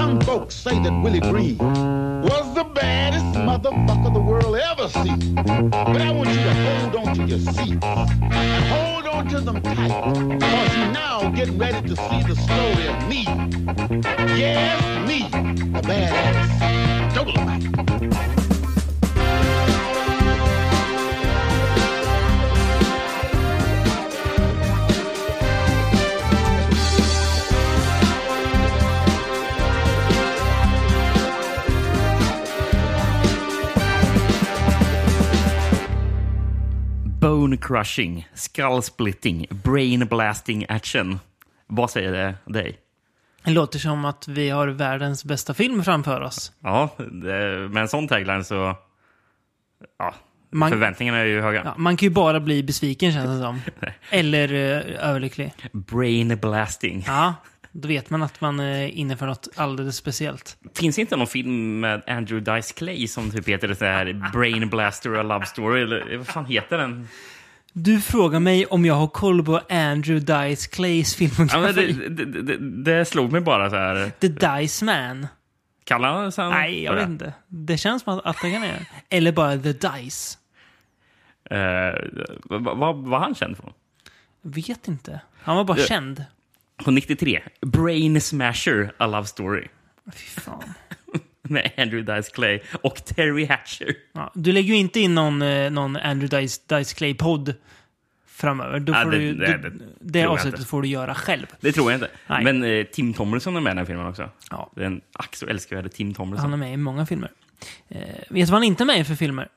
Some folks say that Willie Green was the baddest motherfucker the world ever seen. But I want you to hold on to your seats. Hold on to them tight. Because you're now getting ready to see the story of me. Yes, me, the badass Dolomite. Bone crushing, skull splitting, brain blasting action. Vad säger det dig? Det låter som att vi har världens bästa film framför oss. Ja, med en sån tagline så... Ja, förväntningarna är ju höga. Ja, man kan ju bara bli besviken, känns det som. Eller överlycklig. Brain blasting. Ja, då vet man att man är inne för något alldeles speciellt. Finns inte någon film med Andrew Dice Clay som typ heter det så här Brain Blaster A Love Story? Eller vad fan heter den? Du frågar mig om jag har koll på Andrew Dice Clays filmografi. Ja, det slog mig bara så här. The Dice Man. Kallar han det? Nej, jag vet inte. Det känns som att det kan göra. Eller bara The Dice. Vad var han känd för? Vet inte. Han var bara känd. På 93. Brain Smasher A Love Story. Fy fan. Med Andrew Dice Clay och Terry Hatcher. Ja, du lägger ju inte in någon Andrew Dice Clay-podd framöver. Då får det avsnittet får du göra själv. Det tror jag inte. Nej. Men Tim Thomerson är med i den här filmen också. Ja. Det är en så älskvärd Tim Thomerson. Han är med i många filmer. Vet du vad han inte är med i för filmer?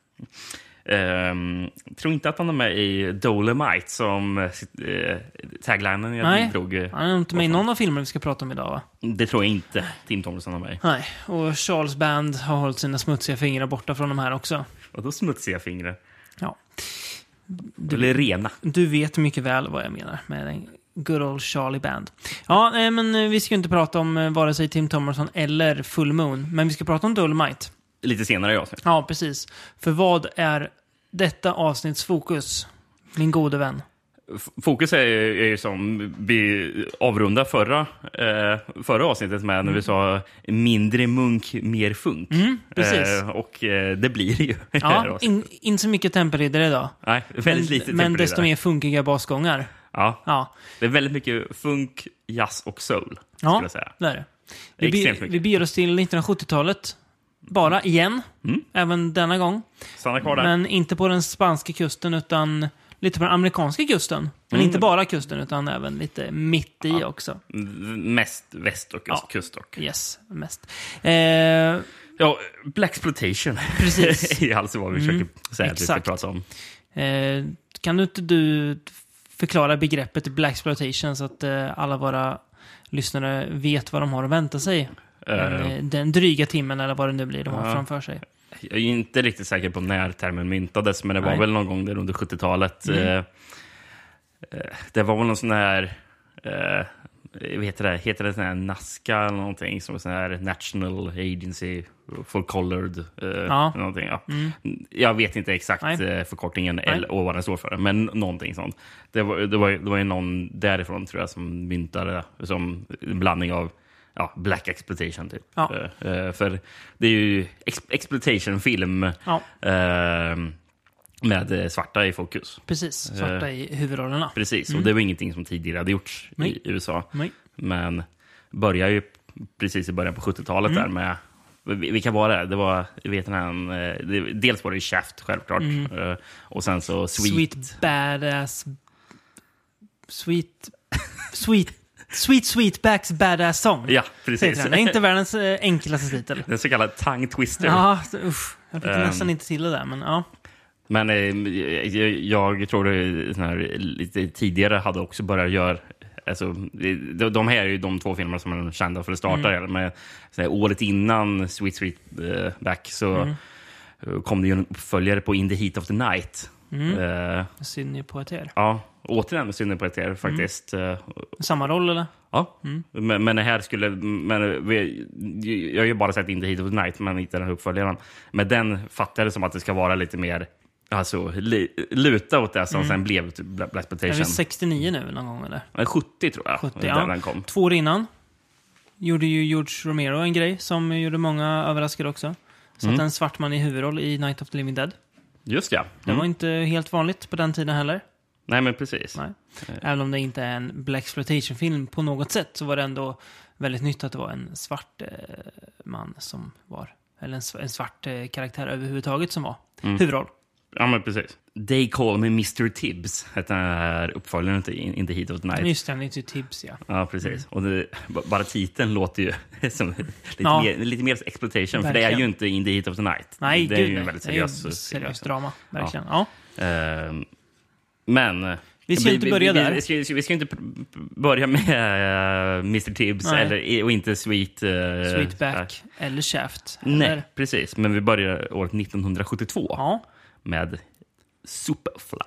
Tror inte att han är med i Dolomite som taglinen jag drog. Han är inte med i någon av filmerna vi ska prata om idag, va? Det tror jag inte Tim Thomerson är med. Nej, och Charles Band har hållit sina smutsiga fingrar borta från de här också. Och då smutsiga fingrar? Ja. Eller rena. Du vet mycket väl vad jag menar med den good old Charlie Band. Ja, men vi ska inte prata om vare sig Tim Thomerson eller Full Moon. Men vi ska prata om Dolomite. Lite senare i avsnitt. Ja, precis. För vad är detta avsnitts fokus, min gode vän? Fokus är ju som vi avrundar förra avsnittet med när vi sa mindre munk, mer funk. Precis. Och det blir det ju. Ja, inte så mycket tempelriddare idag. Nej, väldigt lite men desto mer funkiga basgångar. Ja. Det är väldigt mycket funk, jazz och soul, skulle jag säga. Det är det. Vi beger oss till 1970-talet. Bara igen, även denna gång. Stanna kvar där. Men inte på den spanska kusten utan lite på den amerikanska kusten. Men inte bara kusten utan även lite mitt i också. Mest väst och kust och. Yes, mest. Blaxploitation. Precis. är alltså vad vi försöker säga att vi ska prata om. Kan du förklara begreppet Blaxploitation så att alla våra lyssnare vet vad de har att vänta sig? Den dryga timmen eller vad det nu blir de har framför sig. Jag är inte riktigt säker på när termen myntades, men det var väl någon gång där under 70-talet. Det var väl någon sån här heter det sån här NASCA eller någonting som är sån här National Agency for Colored någonting. Ja. Jag vet inte exakt förkortningen och vad den står för, men någonting sånt. Det var ju någon därifrån tror jag som myntade som en blandning av black exploitation typ. För det är ju exploitation-film med svarta i fokus. Precis, svarta i huvudrollerna. Precis, och det var ingenting som tidigare hade gjorts i USA. Nej. Men börjar ju precis i början på 70-talet där med... Vilka var det? Det var, dels var det Shaft självklart. Och sen så Sweet Badass... Sweetbacks Badass Song. Ja, precis. Det är inte världens enklaste titel. Den så kallade tongue twister. Ja, jag fick nästan inte till det där, men ja. Men jag tror det lite tidigare hade också börjat göra... Alltså, de här är ju de två filmerna som är kända för att starta. Men året innan Sweetback så kom det ju en uppföljare på In the Heat of the Night. Sidney Poitier. Ja, återigen med Sidney Poitier faktiskt. Samma roll eller? Ja, men det här skulle... jag har ju bara sett In the Heat of the Night, men inte den här uppföljaren. Men den fattade som att det ska vara lite mer... Alltså, luta åt det som sen blev typ Blaxploitation. Är det 69 nu någon gång eller? 70 tror jag. 70, den kom. 2 år innan. gjorde ju George Romero en grej som gjorde många överraskade också. Satt en svart man i huvudroll i Night of the Living Dead. Just ja. Det var inte helt vanligt på den tiden heller. Nej, men precis. Nej. Även om det inte är en blaxploitation-film på något sätt, så var det ändå väldigt nytt att det var en svart man som var, eller en svart karaktär överhuvudtaget som var huvudroll. Ja, men precis. They Call Me Mr. Tibbs hette den här uppföljaren till In the Heat of the Night. Just det, Mr. Tibbs, ja. Ja, precis. Och bara titeln låter ju som lite mer exploitation. Verkligen. För det är ju inte In the Heat of the Night. Nej, det är ju en väldigt seriös drama, verkligen. Ja. Men... Vi ska inte börja där. Vi ska inte börja med Mr. Tibbs och inte Sweetback eller Shaft. Nej, eller? Precis. Men vi börjar året 1972 med Superfly.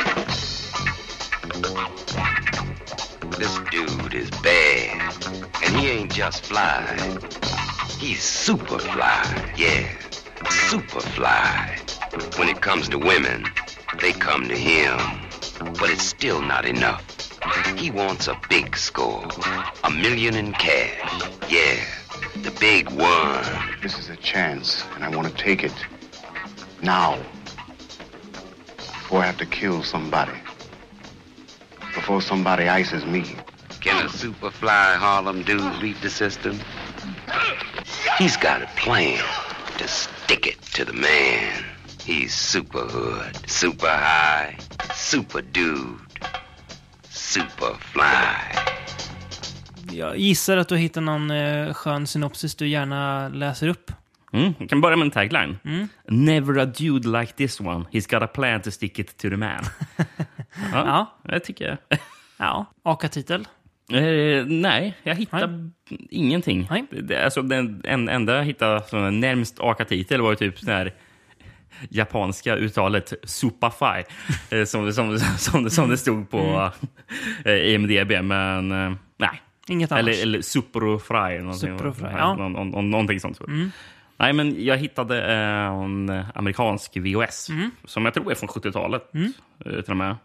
This dude is bad. And he ain't just fly. He's Superfly, yeah. Superfly. When it comes to women, they come to him. But it's still not enough. He wants a big score. $1 million in cash. Yeah, the big one. This is a chance, and I want to take it. Now. Before I have to kill somebody. Before somebody ices me. Can a Superfly Harlem dude beat the system? He's got a plan to stick it to the man. He's super hood, super high, super dude, Superfly. Jag gissar att du hittar någon skön synopsis du gärna läser upp. Jag kan börja med en tagline. Never a dude like this one. He's got a plan to stick it to the man. Ja, det tycker jag. Ja, aka-titel? Nej, jag hittar ingenting. Nej. Alltså, den enda jag hittade närmast aka-titel var ju typ sån här japanska uttalet Superfly som det stod på IMDb, men nej. Inget annat. Eller Superfly någonting sånt. Nej, men jag hittade en amerikansk VHS som jag tror är från 70-talet till och med.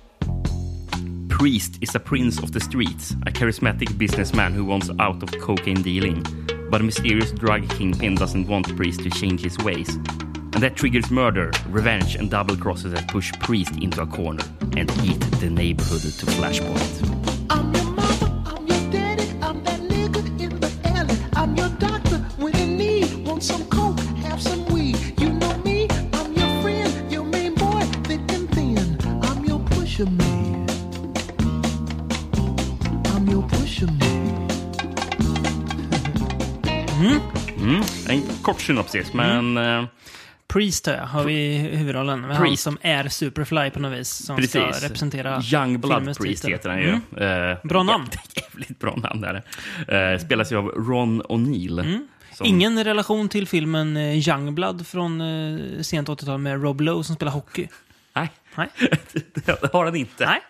Priest is a prince of the streets, a charismatic businessman who wants out of cocaine dealing. But a mysterious drug kingpin doesn't want Priest to change his ways. And that triggers murder, revenge and double crosses that push Priest into a corner and heat the neighborhood to flashpoint. I'm your mama, I'm your daddy, I'm that nigga in the alley. I'm your doctor when in need. Want some coke, have some weed. You know me, I'm your friend, your main boy, thick and thin. I'm your pusher man. I'm your pusher man. En kort synopsis, men... Priest har vi i huvudrollen. Med han som är Superfly på något vis. Som ska representera Youngblood Priest heter han ju. Bra namn. Jävligt bra namn där. Spelas ju av Ron O'Neill. Ingen relation till filmen Youngblood från sent 80-tal med Rob Lowe som spelar hockey. Nej. Det har han inte. Nej.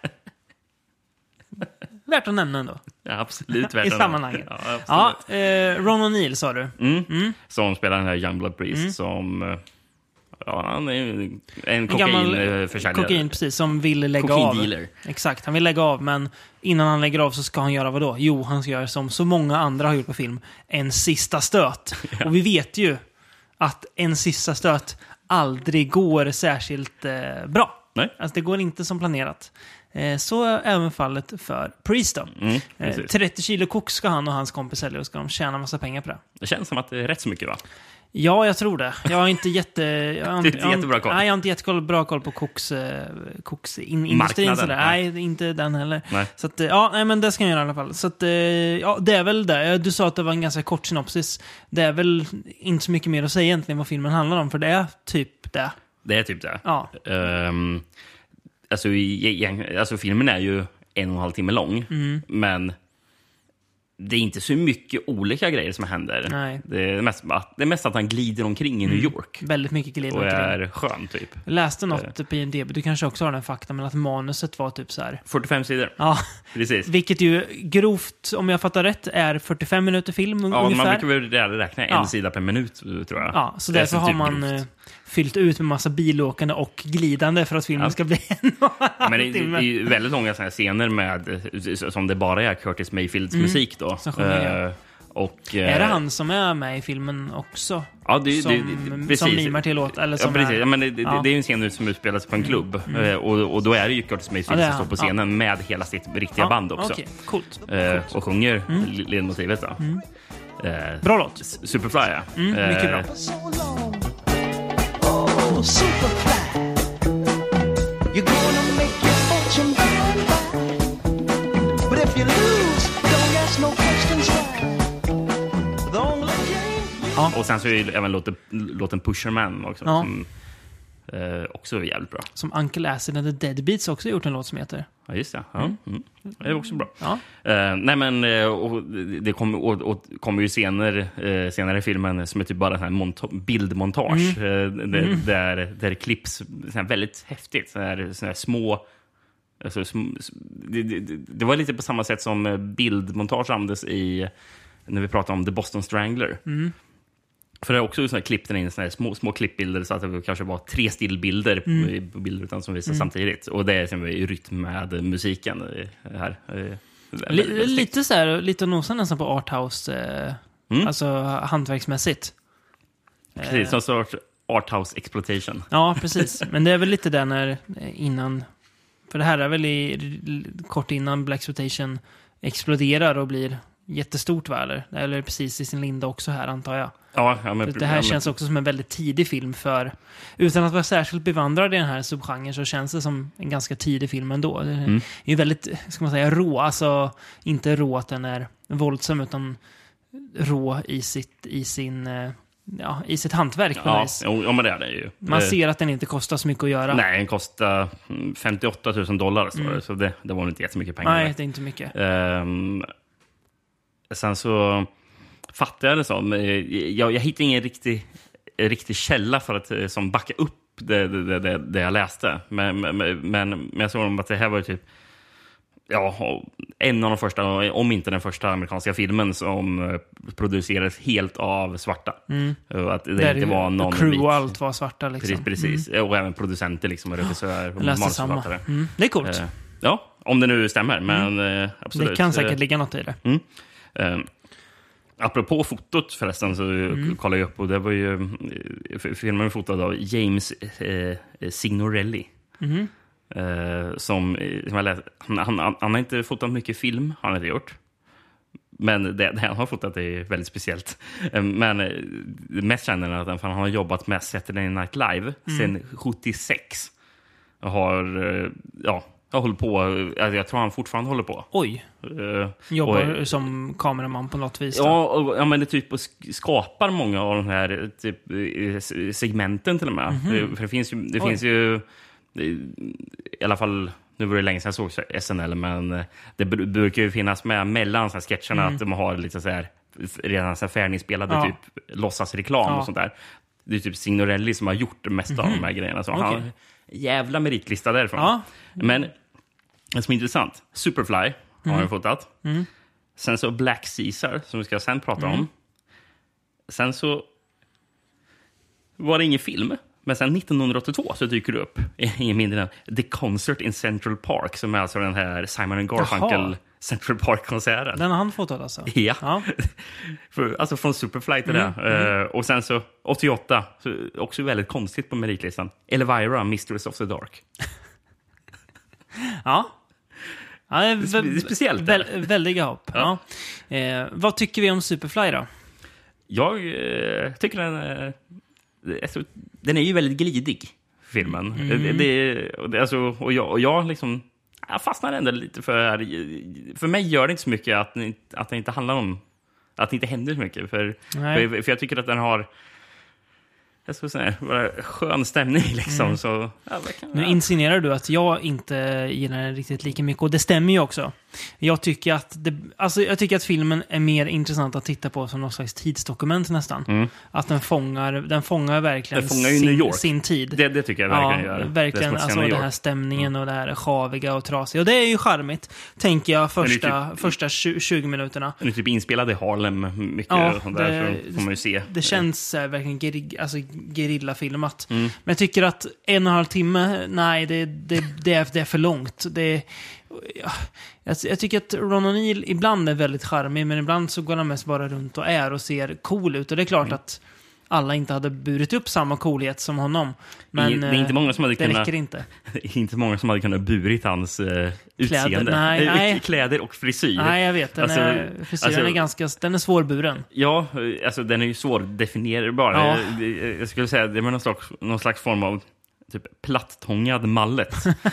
Värt att nämna ändå. Ja, absolut värt i sammanhanget. Ja, Ron O'Neill sa du. Som spelar den här Youngblood Priest som... Ja, han är en kokainförsäljare. Kokain, precis, som vill lägga av. Exakt, han vill lägga av, men innan han lägger av så ska han göra vad då? Jo, han ska göra som så många andra har gjort på film. En sista stöt. Ja. Och vi vet ju att en sista stöt aldrig går särskilt bra. Nej. Alltså det går inte som planerat. Så är även fallet för Priest då. 30 kilo koks ska han och hans kompis sälja och ska de tjäna massa pengar på det. Det känns som att det är rätt så mycket, va? Ja, jag tror det. Jag har inte jättebra koll. Nej, jag har inte jättebra koll på koksindustrin. Nej, inte den heller. Nej. Så att, men det ska jag göra i alla fall. Så att, det är väl det. Du sa att det var en ganska kort synopsis. Det är väl inte så mycket mer att säga egentligen vad filmen handlar om, för det är typ det. Det är typ det. Ja. Alltså filmen är ju 1,5 timme lång, men det är inte så mycket olika grejer som händer. Nej. Det är mest att han glider omkring i New York. Väldigt mycket glider omkring. Och är skön, typ. Jag läste något på IMDb. Du kanske också har den fakta, men att manuset var typ så här 45 sidor. Ja, precis. Vilket ju grovt, om jag fattar rätt, är 45 minuter film ungefär. Ja, man brukar väl räkna en sida per minut, tror jag. Ja, så därför har man fyllt ut med massa bilåkande och glidande för att filmen ska bli men det är ju väldigt långa såna här scener med, som det bara är Curtis Mayfields musik då. Och, är det han som är med i filmen också? Ja, som mimar till låt? Eller som precis. Men det är ju en scen som utspelas på en klubb. Och då är det ju Curtis Mayfield som står på scenen med hela sitt riktiga band också. Okay. Coolt. Och sjunger ledmotivet då. Bra låt. Superfly, ja. Mycket bra. Oh, Superfly. You're gonna make your fortune by and by. But if you lose, don't ask no questions why. The only game... Och sen så är ju även låten Pusherman också. Som också är jävligt bra. Som Uncle Acid and the Deadbeats också gjort en låt som heter. Ja, just det. Ja. Det är också bra. Ja. Nej, men och det kommer ju senare i filmen som är typ bara här bildmontage. Där klipps väldigt häftigt. Så här små... Alltså, det var lite på samma sätt som bildmontage användes när vi pratade om The Boston Strangler. För det är också såna klipp in såna här små klippbilder så att det kanske var 3 stillbilder på bilder utan som visas samtidigt. Och det är som i rytm med musiken här. Lite så här, lite nosa nästan på arthouse, alltså hantverksmässigt. Precis, som sort arthouse exploitation. Ja, precis. Men det är väl lite där när innan, för det här är väl kort innan Blaxploitation exploderar och blir jättestort, eller precis i sin linda också här, antar jag. Ja, men det här känns också som en väldigt tidig film utan att vara särskilt bevandrad i den här subgenren så känns det som en ganska tidig film ändå. Det är ju väldigt, ska man säga, rå. Alltså inte rå att den är våldsam utan rå i sitt hantverk. Ja, men det är det ju. Man ser att den inte kostar så mycket att göra. Nej, den kostar $58,000 så det var inte jättemycket pengar. Nej, det är inte mycket. Sen så fattar jag det som. Jag hittade ingen riktig källa för att som backa upp det jag läste. Men jag såg att det här var typ en av de första, om inte den första amerikanska filmen som producerades helt av svarta. Att det inte var någon crew och allt var svarta liksom. Precis. Och även producenter liksom, och regissör och manusförfattare. Det är coolt. Ja, om det nu stämmer, men absolut. Det kan säkert ligga något i det. Apropå fotot förresten så kollade jag upp och det var ju filmen fotad av James Signorelli. Som jag läste, han har inte fotat mycket film, har han inte gjort. Men det han har fotat är väldigt speciellt. Men det mest kända är att han har jobbat med Saturday Night Live sedan 76. Och har hållit på, jag tror han fortfarande håller på. Oj. Jobbar som kameraman på något vis. Ja, men det typ skapar många av de här typ segmenten till och med. För det finns ju i alla fall, nu var det länge sedan jag såg SNL, men det brukar ju finnas med mellan så här sketcherna att de har lite så här redan så här färdiginspelade typ låtsasreklam och sånt där. Det är typ Signorelli som har gjort det mesta av de här grejerna. Så han jävla meritlista därifrån. Men det som är intressant, Superfly har han fotat. Sen så Black Caesar, som vi ska sen prata om. Sen så var det ingen film. Men sen 1982 så dyker det upp ingen mindre än The Concert in Central Park, som är alltså den här Simon & Garfunkel Central Park-konserten. Den har han fotat alltså? Ja. Alltså från Superfly till det. Och sen så 88, så också väldigt konstigt på meritlistan, Elvira, Mistress of the Dark. Ja, det är speciellt. Väldiga hopp. Ja. Vad tycker vi om Superfly då? Jag tycker den är ju väldigt glidig, filmen. Jag liksom, jag fastnar ändå lite för mig gör det inte så mycket att det inte handlar om, att det inte händer så mycket. För jag tycker att den har, jag ska säga, bara skön stämning liksom. Så, nu insinuerar du att jag inte gillar den riktigt lika mycket, och det stämmer ju också. Jag tycker att filmen är mer intressant att titta på som något slags tidsdokument nästan. Att den fångar verkligen sin tid. Det tycker jag verkligen gör. Verkligen, alltså den här stämningen och det här sjaviga och trasiga. Och det är ju charmigt, tänker jag, första 20 minuterna. Den är typ inspelad i Harlem mycket, och sånt där, så får man ju se. Det känns verkligen gerillafilmat. Men jag tycker att 1,5 timme, nej, det är för långt. Jag tycker att Ron O'Neill ibland är väldigt charmig, men ibland så går han mest bara runt och ser cool ut. Och det är klart att alla inte hade burit upp samma coolhet som honom. Men det är inte många som hade det räcker inte. Inte många som hade kunnat burit hans utseende. Nej. Kläder och frisyr. Nej, jag vet. Frisyren är den är svårburen. Ja, alltså den är ju svårdefinierbar. Ja. Jag skulle säga det är någon slags form av typ plattångad mallet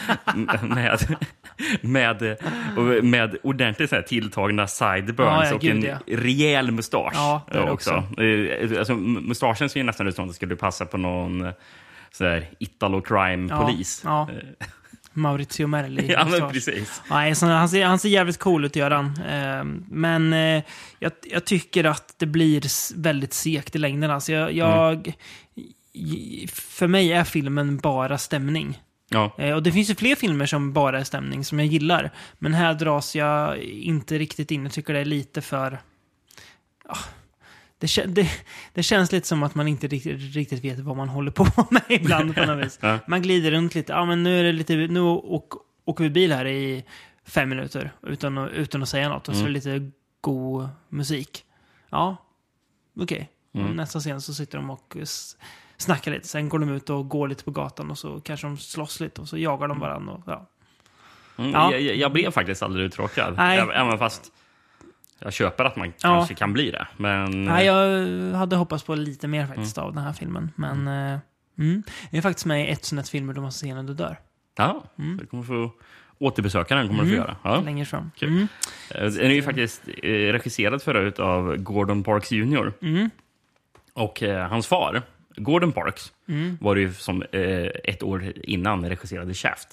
med ordentligt så här tilltagna sideburns och en rejäl mustasch. Ja, det är också. Alltså, mustaschen ser ju nästan ut som att det skulle passa på någon så här Italo-crime-polis. Ja. Maurizio Merli. Ja, men precis. Nej, så han ser jävligt cool ut, gör han. Men jag tycker att det blir väldigt segt i längden. Alltså för mig är filmen bara stämning. Ja. Och det finns ju fler filmer som bara är stämning som jag gillar. Men här dras jag inte riktigt in. Jag tycker det är lite för... Det känns lite som att man inte riktigt vet vad man håller på med ibland på något vis. Ja. Man glider runt lite. Men nu åker vi bil här i 5 minuter utan att säga något. Och så är det lite god musik. Ja, okej. Nästa scen så sitter de och snackar lite. Sen går de ut och går lite på gatan och så kanske de slåss lite och så jagar de varandra. Och, Jag blev faktiskt aldrig uttråkad. Även fast jag köper att man kanske kan bli det. Men... Nej, jag hade hoppats på lite mer faktiskt av den här filmen. Men det är faktiskt med i ett sånt filmer du måste se när du dör. Ja, du kommer få återbesöka den. Kommer du få göra. Ja. Längre fram. Den är ju faktiskt regisserad förut av Gordon Parks Jr. Och hans far, Gordon Parks, var ju som 1 år innan regisserade Shaft.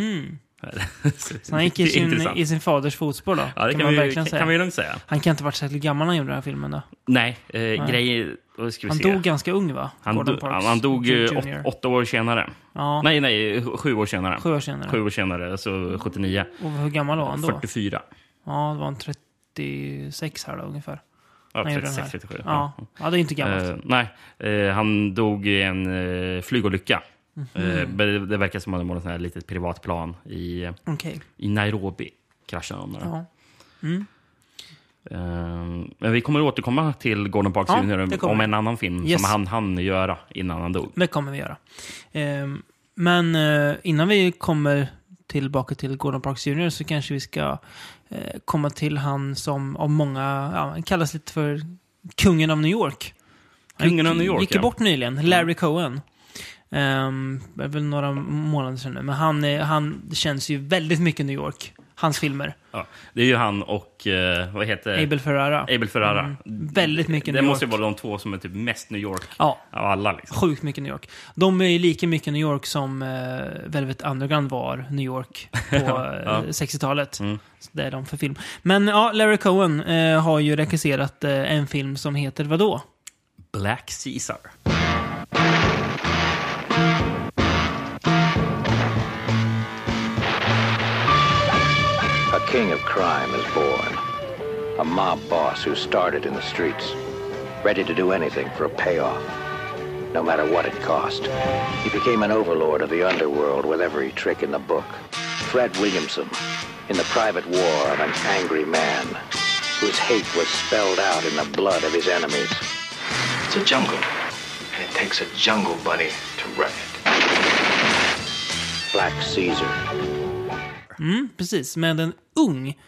Så han gick i sin faders fotspår då? Ja, det kan man verkligen säga. Kan vi lugnt säga. Han kan inte ha varit särskilt gammal när han gjorde den här filmen då? Nej, han dog ganska ung, va? Han dog 8 år senare. Ja. Nej, 7 år senare. 7 år senare, alltså 79. Och hur gammal var han då? 44. Ja, det var han 36 här då ungefär. Ja, 36-37. Ja, det är inte gammalt. Nej, han dog i en flygolycka. Det verkar som att det var ett sånt här litet privatplan i Nairobi. Kraschade han där. Men vi kommer återkomma till Gordon Parks Jr. om en annan film som han hann göra innan han dog. Det kommer vi göra. Men innan vi kommer tillbaka till Gordon Parks Jr. så kanske vi ska komma till han som av många kallas lite för kungen av New York. Kungen av New York, gick bort nyligen. Larry Cohen. Det är väl några månader sedan nu. Men han känns ju väldigt mycket New York. Hans filmer. Ja, det är ju han och vad heter Abel Ferrara. Väldigt mycket New York. Det måste ju vara de två som är typ mest New York av alla. Liksom. Sjukt mycket New York. De är ju lika mycket New York som Velvet Underground var New York på 60-talet. Så det är de för film. Men Larry Cohen har ju regisserat en film som heter vadå? Black Caesar. A king of crime is born. A mob boss who started in the streets, ready to do anything for a payoff, no matter what it cost. He became an overlord of the underworld with every trick in the book. Fred Williamson, in the private war of an angry man whose hate was spelled out in the blood of his enemies. It's a jungle, and it takes a jungle bunny to run it. Black Caesar. Precis, med en ung.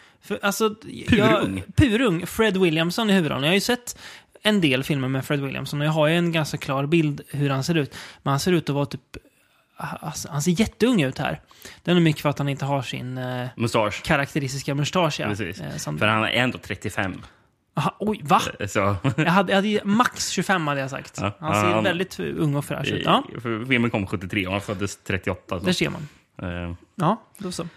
Purung Fred Williamson i huvudrollen. Jag har ju sett en del filmer med Fred Williamson och jag har ju en ganska klar bild hur han ser ut. Men han ser ut att vara typ... Han ser jätteung ut här. Det är nog mycket för att han inte har sin mustasch. Karaktäristiska mustasch. Ja. Precis. För han är ändå 35. Aha, oj, va? Så. Jag hade max 25 hade jag sagt. Ja, han ser väldigt ung och fräsch ut. Ja. För filmen kom 73 och han föddes 38. Så. Det ser man. Ja, då så.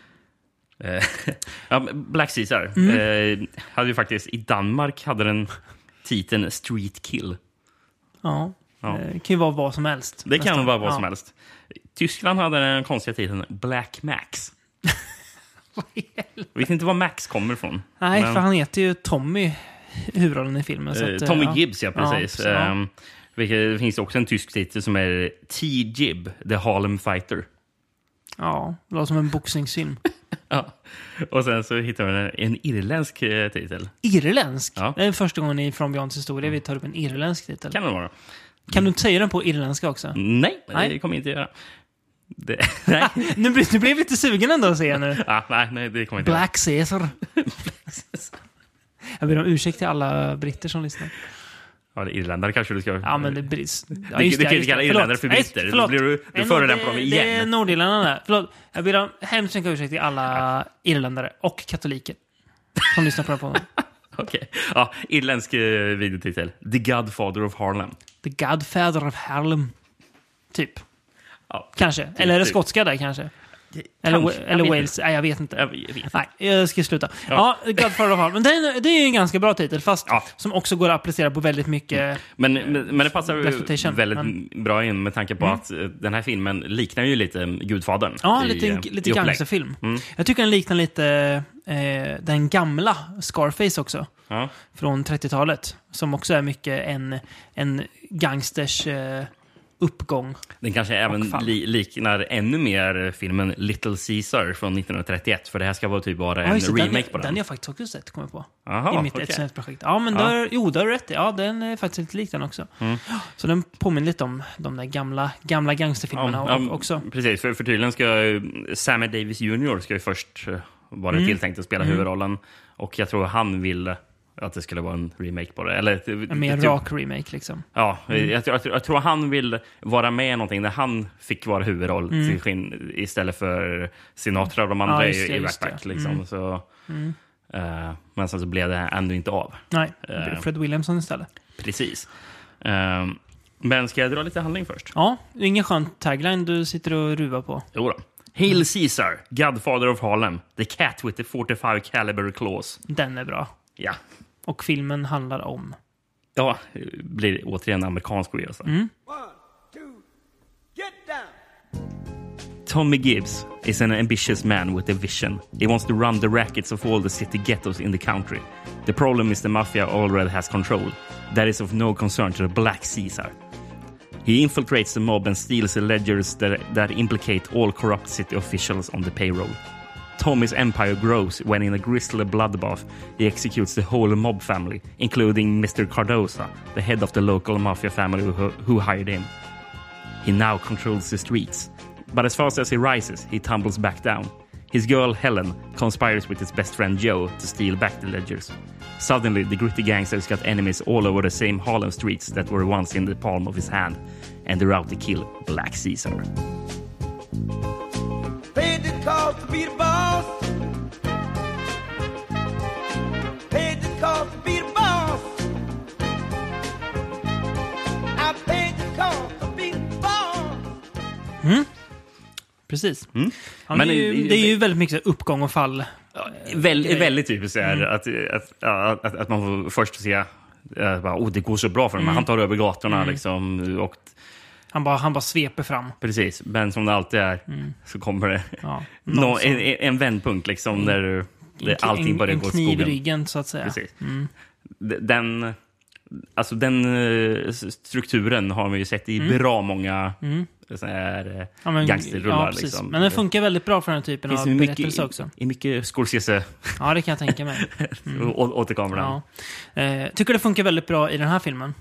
Black Caesar hade ju faktiskt i Danmark hade den titeln Street Kill. Ja. Det kan ju vara vad som helst. Det kan vara vad som helst. Tyskland hade den konstiga titeln Black Max. Jag vet inte var Max kommer ifrån. Nej, för han heter ju Tommy, huvudrollen i filmen. Så att, Tommy Gibbs, ja, precis. Det finns också en tysk titel som är T-Jib, The Harlem Fighter. Ja, det låter som en boxningsfilm. Ja. Och sen så hittar vi en irländsk titel. Irländsk? Ja. Det är första gången i From Beyonds historia vi tar upp en irländsk titel. Kan det vara? Kan du inte säga den på irländska också? Nej, det kommer jag inte göra. Nej. Nu blev jag lite sugen ändå att säga nu. Nej, det kommer inte Black Caesar. Jag ber om ursäkt till alla britter som lyssnar. Ja, det är irländare kanske du ska... Ja, men det är brist. Du kan inte kalla irländare för britter. Då blir du förolämpar dem igen. Det är Nordirländarna. Förlåt. Jag ber om hemskt mycket ursäkt till alla irländare och katoliker som lyssnar på den podden. Okej. Ja, irländsk videotitel. The Godfather of Harlem. The Godfather of Harlem. Typ. Ja, kanske. Typ, eller är det skotska där kanske? Eller Wales. Nej, jag vet inte. Nej, jag ska sluta. Ja, Godfather of Harlem. Men det är ju en ganska bra titel, fast som också går att applicera på väldigt mycket. Men det passar väldigt bra in med tanke på att den här filmen liknar ju lite Gudfadern. Ja, lite gangsterfilm. Jag tycker den liknar lite den gamla Scarface också. Ja. Från 30-talet. Som också är mycket en gangsters uppgång. Den kanske även liknar ännu mer filmen Little Caesar från 1931. För det här ska vara typ bara en remake på den. Den jag faktiskt också sett, kommer på. Aha, i mitt projekt. Ja, men det har rätt. Ja, den är faktiskt lite lik den också. Så den påminner lite om de där gamla gangsterfilmerna också. Precis, för tydligen ska Sammy Davis Jr. ska ju först vara tilltänkt att spela huvudrollen. Och jag tror han vill att det skulle vara en remake på det. Eller, en mer rak remake liksom. Ja, jag tror han vill vara med i någonting där han fick vara huvudroll istället för Sinatra och de andra i Backpack. Liksom. Så, men sen så blev det ändå inte av. Nej, Fred Williamson istället. Precis. Men ska jag dra lite handling först? Ja, ingen skön tagline du sitter och ruvar på. Jo då. Hail Caesar, Godfather of Harlem, the cat with the 45 caliber claws. Den är bra. Ja. Och filmen handlar om... Ja, blir återigen amerikansk och så. 1, 2, get down! Tommy Gibbs is an ambitious man with a vision. He wants to run the rackets of all the city ghettos in the country. The problem is the mafia already has control. That is of no concern to the Black Caesar. He infiltrates the mob and steals the ledgers that implicate all corrupt city officials on the payroll. Tommy's empire grows when in a grisly bloodbath he executes the whole mob family, including Mr. Cardoza, the head of the local mafia family who hired him. He now controls the streets, but as fast as he rises, he tumbles back down. His girl Helen conspires with his best friend Joe to steal back the ledgers. Suddenly, the gritty gangsters got enemies all over the same Harlem streets that were once in the palm of his hand, and they're out to kill Black Caesar. Paid the cost to be the boss. Paid the cost to be the boss. I paid the cost to be the boss. Precis. Men det är ju väldigt mycket uppgång och fall. Väldigt typiskt är att man får först se det går så bra för honom. Han tar över gatorna liksom, och han bara sveper fram. Precis, men som det alltid är så kommer det en vändpunkt liksom, där allting börjar gå åt skogen. En kniv i ryggen så att säga. Precis. Den strukturen har vi ju sett i bra många gangsterrullar. Ja, liksom. Men den funkar väldigt bra för den här typen av berättelse också. I mycket Scorsese. Ja, det kan jag tänka mig. Återkameran. Ja. Tycker det funkar väldigt bra i den här filmen.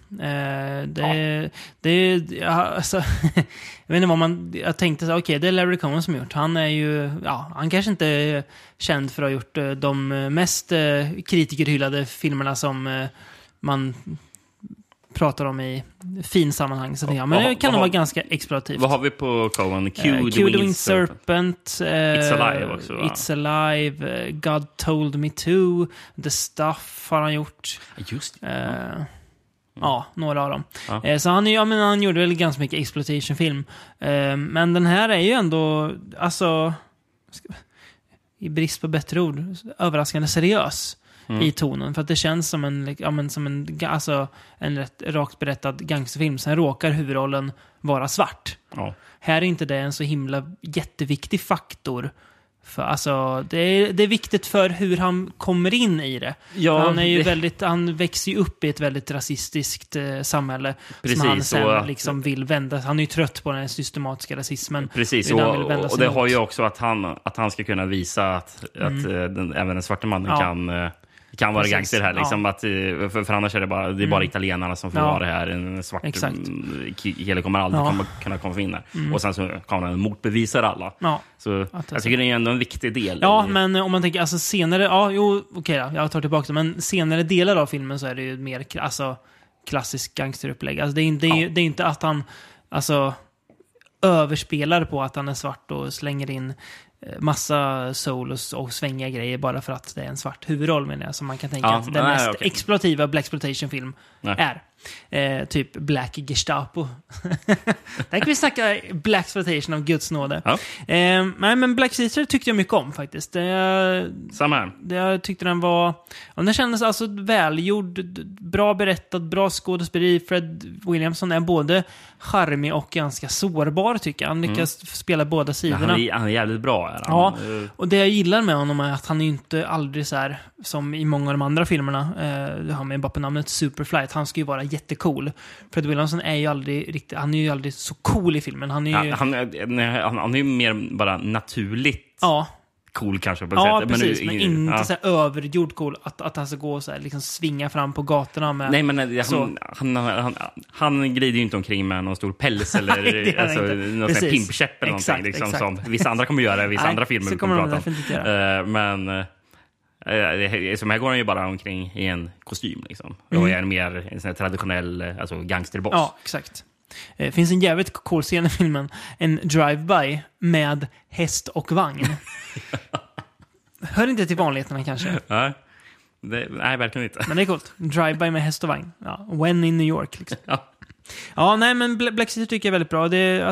Alltså, jag vet inte vad jag tänkte så okej, det är Larry Cohen som gjort. Han är ju, han kanske inte är känd för att ha gjort de mest kritikerhyllade filmerna som man pratar om i fin sammanhang. Så men det kan nog vara ganska explorativt. Vad har vi på Cohen? Q the Winged Serpent. It's Alive också. It's Alive. God Told Me To. The Stuff har han gjort. Just några av dem. Så han gjorde väl ganska mycket exploitation-film. Men den här är ju ändå, alltså, i brist på bättre ord, överraskande seriös i tonen. För att det känns som en rätt rakt berättad gangsterfilm. Sen råkar huvudrollen vara svart. Ja. Här är inte det en så himla jätteviktig faktor För, alltså, det är viktigt för hur han kommer in i det. Ja, han är ju han växer ju upp i ett väldigt rasistiskt samhälle. Precis, som han sen liksom vill vända. Han är ju trött på den systematiska rasismen. Precis, och det har ju också att han ska kunna visa att även den svarta mannen kan vara gangster här. Liksom, att, för annars är det bara italienarna som får vara här. En svart kille kommer aldrig kunna komma in här. Och sen så kommer han motbevisar alla. Ja. Så jag tycker det är ändå en viktig del. Ja, men om man tänker alltså senare... jag tar tillbaka det. Men senare delar av filmen så är det ju mer klassisk gangsterupplägg. Alltså, det är inte att han överspelar på att han är svart och slänger in massa solos och svänga grejer bara för att det är en svart huvudroll, menar jag, som man kan tänka att den mest exploativa blaxploitation-film är. Typ Black Gestapo. Där kan vi snacka blaxploitation av Guds nåde. Ja. Nej, men Black Caesar tyckte jag mycket om faktiskt. Samma här. Jag tyckte den var... Den kändes alltså välgjord, bra berättad, bra skådespeleri. Fred Williamson är både charmig och ganska sårbar, tycker jag. Han lyckas spela båda sidorna. Han är jävligt bra. Ja, och det jag gillar med honom är att han är inte aldrig så här som i många av de andra filmerna. Det har med bara på namnet Superflight. Han ska ju vara jättecool. Fred Williamson är ju aldrig riktigt... Han är ju aldrig så cool i filmen. Han är ju... Han är ju mer bara naturligt cool kanske på ett sätt. Precis, men inte så här övergjord cool att han ska gå och så här, liksom svinga fram på gatorna med... Nej, men han glider ju inte omkring med någon stor päls eller någon sån här pimpkäpp eller någonting liksom, som vissa andra kommer göra i vissa andra filmer så kommer de definitivt göra. Men som här går han ju bara omkring i en kostym liksom. Och är mer en sån här traditionell gangsterboss. Ja, exakt. Det finns en jävligt cool scen i filmen. En drive-by med häst och vagn. Hör inte till vanligheterna kanske. Nej, verkligen inte. Men det är coolt. Drive-by med häst och vagn. Ja, when in New York liksom. Ja, nej, men Black Caesar tycker jag är väldigt bra.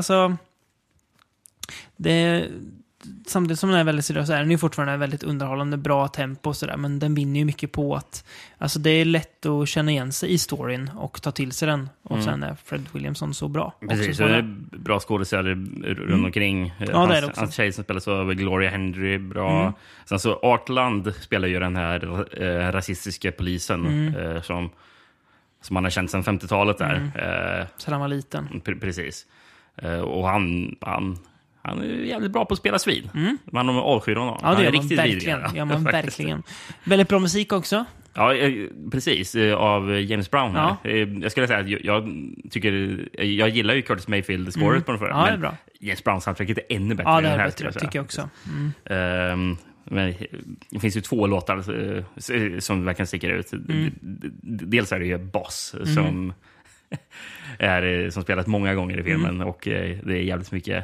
Samtidigt som den är väldigt seriös är den ju fortfarande väldigt underhållande, bra tempo och sådär, men den vinner ju mycket på att det är lätt att känna igen sig i storyn och ta till sig den, och sen är Fred Williamson så bra. Precis, så det är bra skådespelare runt omkring. Hans tjej som spelas av Gloria Henry, bra. Sen så Artland spelar ju den här rasistiska polisen som man har känt sedan 50-talet där. Så han var liten. Precis. Och han är jävligt bra på att spela svin. Man har avskyr honom. Ja, det är riktigt verkligen. Ja, man verkligen. Väldigt bra musik också. Ja, precis. Av James Brown här. Ja. Jag skulle säga att jag gillar ju Curtis Mayfield-scoret på den förra. Ja, det är bra. James Brown-soundtracket är ännu bättre. Ja, det är bättre, tycker jag också. Men det finns ju 2 låtar som verkligen sticker ut. Dels är det ju Boss som spelat många gånger i filmen, och det är jävligt mycket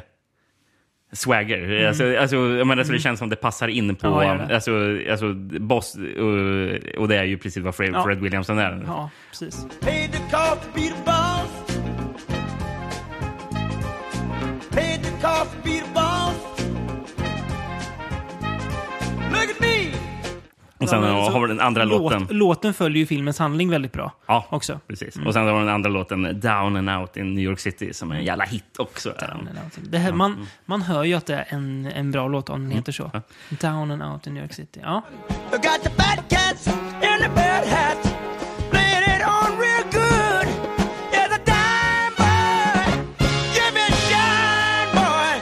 swagger. Det känns som det passar in på Boss, och det är ju precis vad Fred Williamson är. Ja, precis. Paid the cost to be the boss. Paid the cost to be the boss. Look at me. Och sen har vi den andra låten. Låten följer ju filmens handling väldigt bra. Ja, också. Precis. Och sen har vi den andra låten, Down and Out in New York City, som är en jävla hit också. Det här, man hör ju att det är en bra låt om den heter så. Down and Out in New York City. Ja. You got the bad cats and the bad hats. Playing it on real good. Yeah, the dime boy. Give me a shine, boy.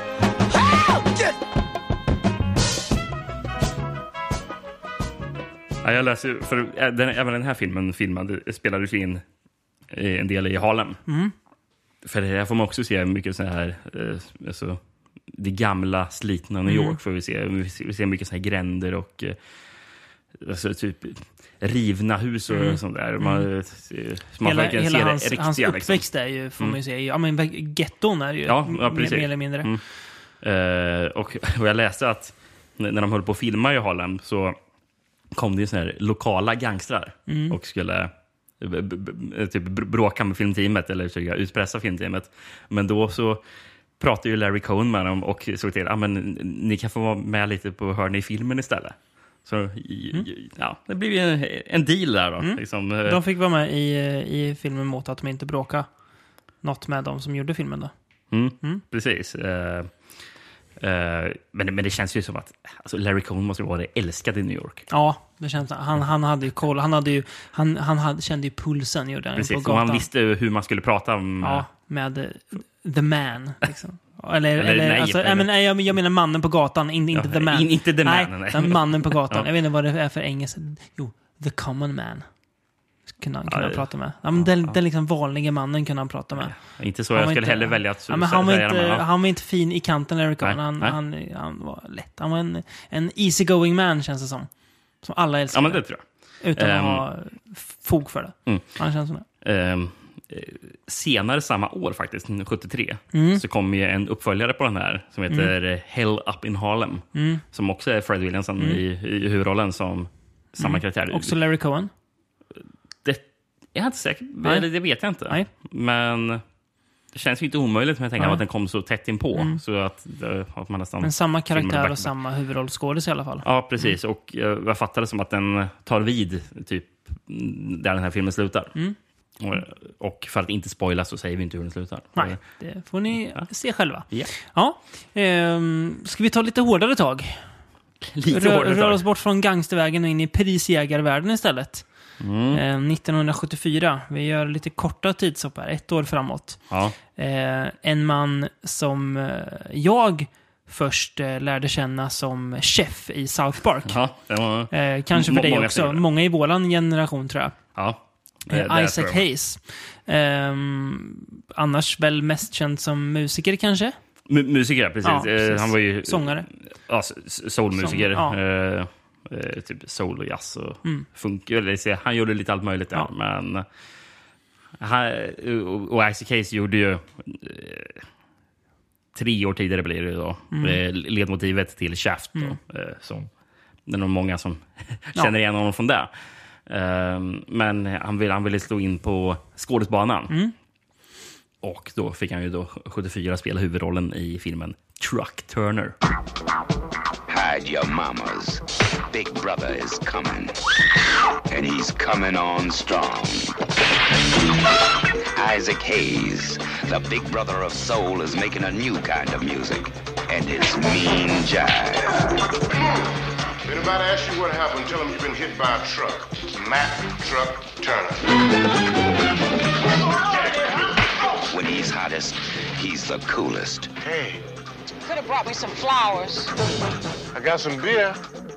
Jag läser, för även den här filmen spelades in en del i Harlem. För det här får man också se mycket så här, det gamla slitna New York, för vi ser mycket så här gränder och typ rivna hus och sånt där. Hela hans uppväxt är ju, får man ju se, getton är ju mer eller mindre. Och jag läste att när de höll på att filma i Harlem så kom det ju såna här lokala gangstrar och skulle typ bråka med filmteamet eller försöka utpressa filmteamet. Men då så pratade ju Larry Cohen med dem och såg till att ni kan få vara med lite på hörni i filmen istället. Så det blev ju en deal där då. Liksom. De fick vara med i filmen mot att de inte bråka något med dem som gjorde filmen då. Precis. Men det känns ju som att alltså Larry Cohn måste vara det älskade i New York. Ja, det känns han hade ju koll. Han kände ju pulsen, gjorde han. Precis, på och han visste hur man skulle prata om... Ja, med the man, liksom. Eller nej, men jag menar mannen på gatan, inte the man. Inte the man, nej. Mannen på gatan. Ja. Jag vet inte vad det är för engelska. Jo, the common man. Kunde han prata med. Ja, men den liksom vanliga mannen kunde han prata med. Inte så, jag skulle hellre välja att... Ja, men han var inte fin i kanten, Larry Cohn. Han var lätt. Han var en easygoing man, känns det som alla älskar. Ja, men det tror jag. Utan att ha fog för det. Han känns som det. Senare samma år faktiskt, 73, så kom ju en uppföljare på den här som heter Hell Up in Harlem. Som också är Fred Williamson i huvudrollen som samma karaktär. Också Larry Cohn? Jag är inte säker. Det vet jag inte. Nej. Men det känns ju inte omöjligt, men jag tänker att den kom så tätt inpå. Så att man nästan... Men samma karaktär och samma huvudrollskådis i alla fall. Ja, precis. Och jag fattade som att den tar vid typ där den här filmen slutar. Och för att inte spoila så säger vi inte hur den slutar. Nej, det får ni se själva. Yeah. Ja. Ska vi ta lite hårdare tag? Rör oss bort från gangstervägen och in i prisjägarvärlden istället. 1974. Vi gör lite korta tidshopp här, 1 år framåt. Ja. En man som jag först lärde känna som chef i South Park. Ja, det var kanske för dig också. Många i våran generation, tror jag. Ja. Isaac Hayes. Annars väl mest känd som musiker, kanske? Musiker, precis. Ja, precis. Han var ju... Sångare. Ja, soulmusiker. Ja. Typ soul och jazz och funk. Han gjorde lite allt möjligt där. Ja. Men och Isaac Hayes gjorde ju 3 år tidigare blir det då ledmotivet till Shaft då, som det är nog många som känner igen honom från det. Men han ville slå in på skådesbanan. Och då fick han ju då 74 spela huvudrollen i filmen Truck Turner. Hide your mamas. Big brother is coming. And he's coming on strong. Isaac Hayes, the big brother of soul, is making a new kind of music. And it's mean jive. If anybody asks you what happened, tell them you've been hit by a truck. Matt Truck Turner. When he's hottest, he's the coolest. Hey. Could have brought me some flowers. I got some beer.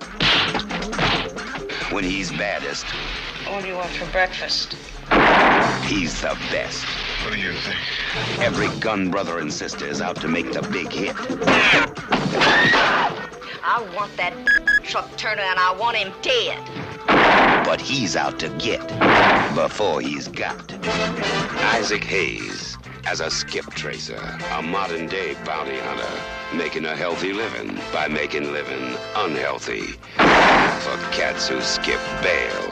When he's baddest. What do you want for breakfast? He's the best. What do you think? Every gun brother and sister is out to make the big hit. I want that Truck Turner and I want him dead. But he's out to get before he's got. Isaac Hayes as a skip tracer, a modern-day bounty hunter, making a healthy living by making living unhealthy for cats who skip bail.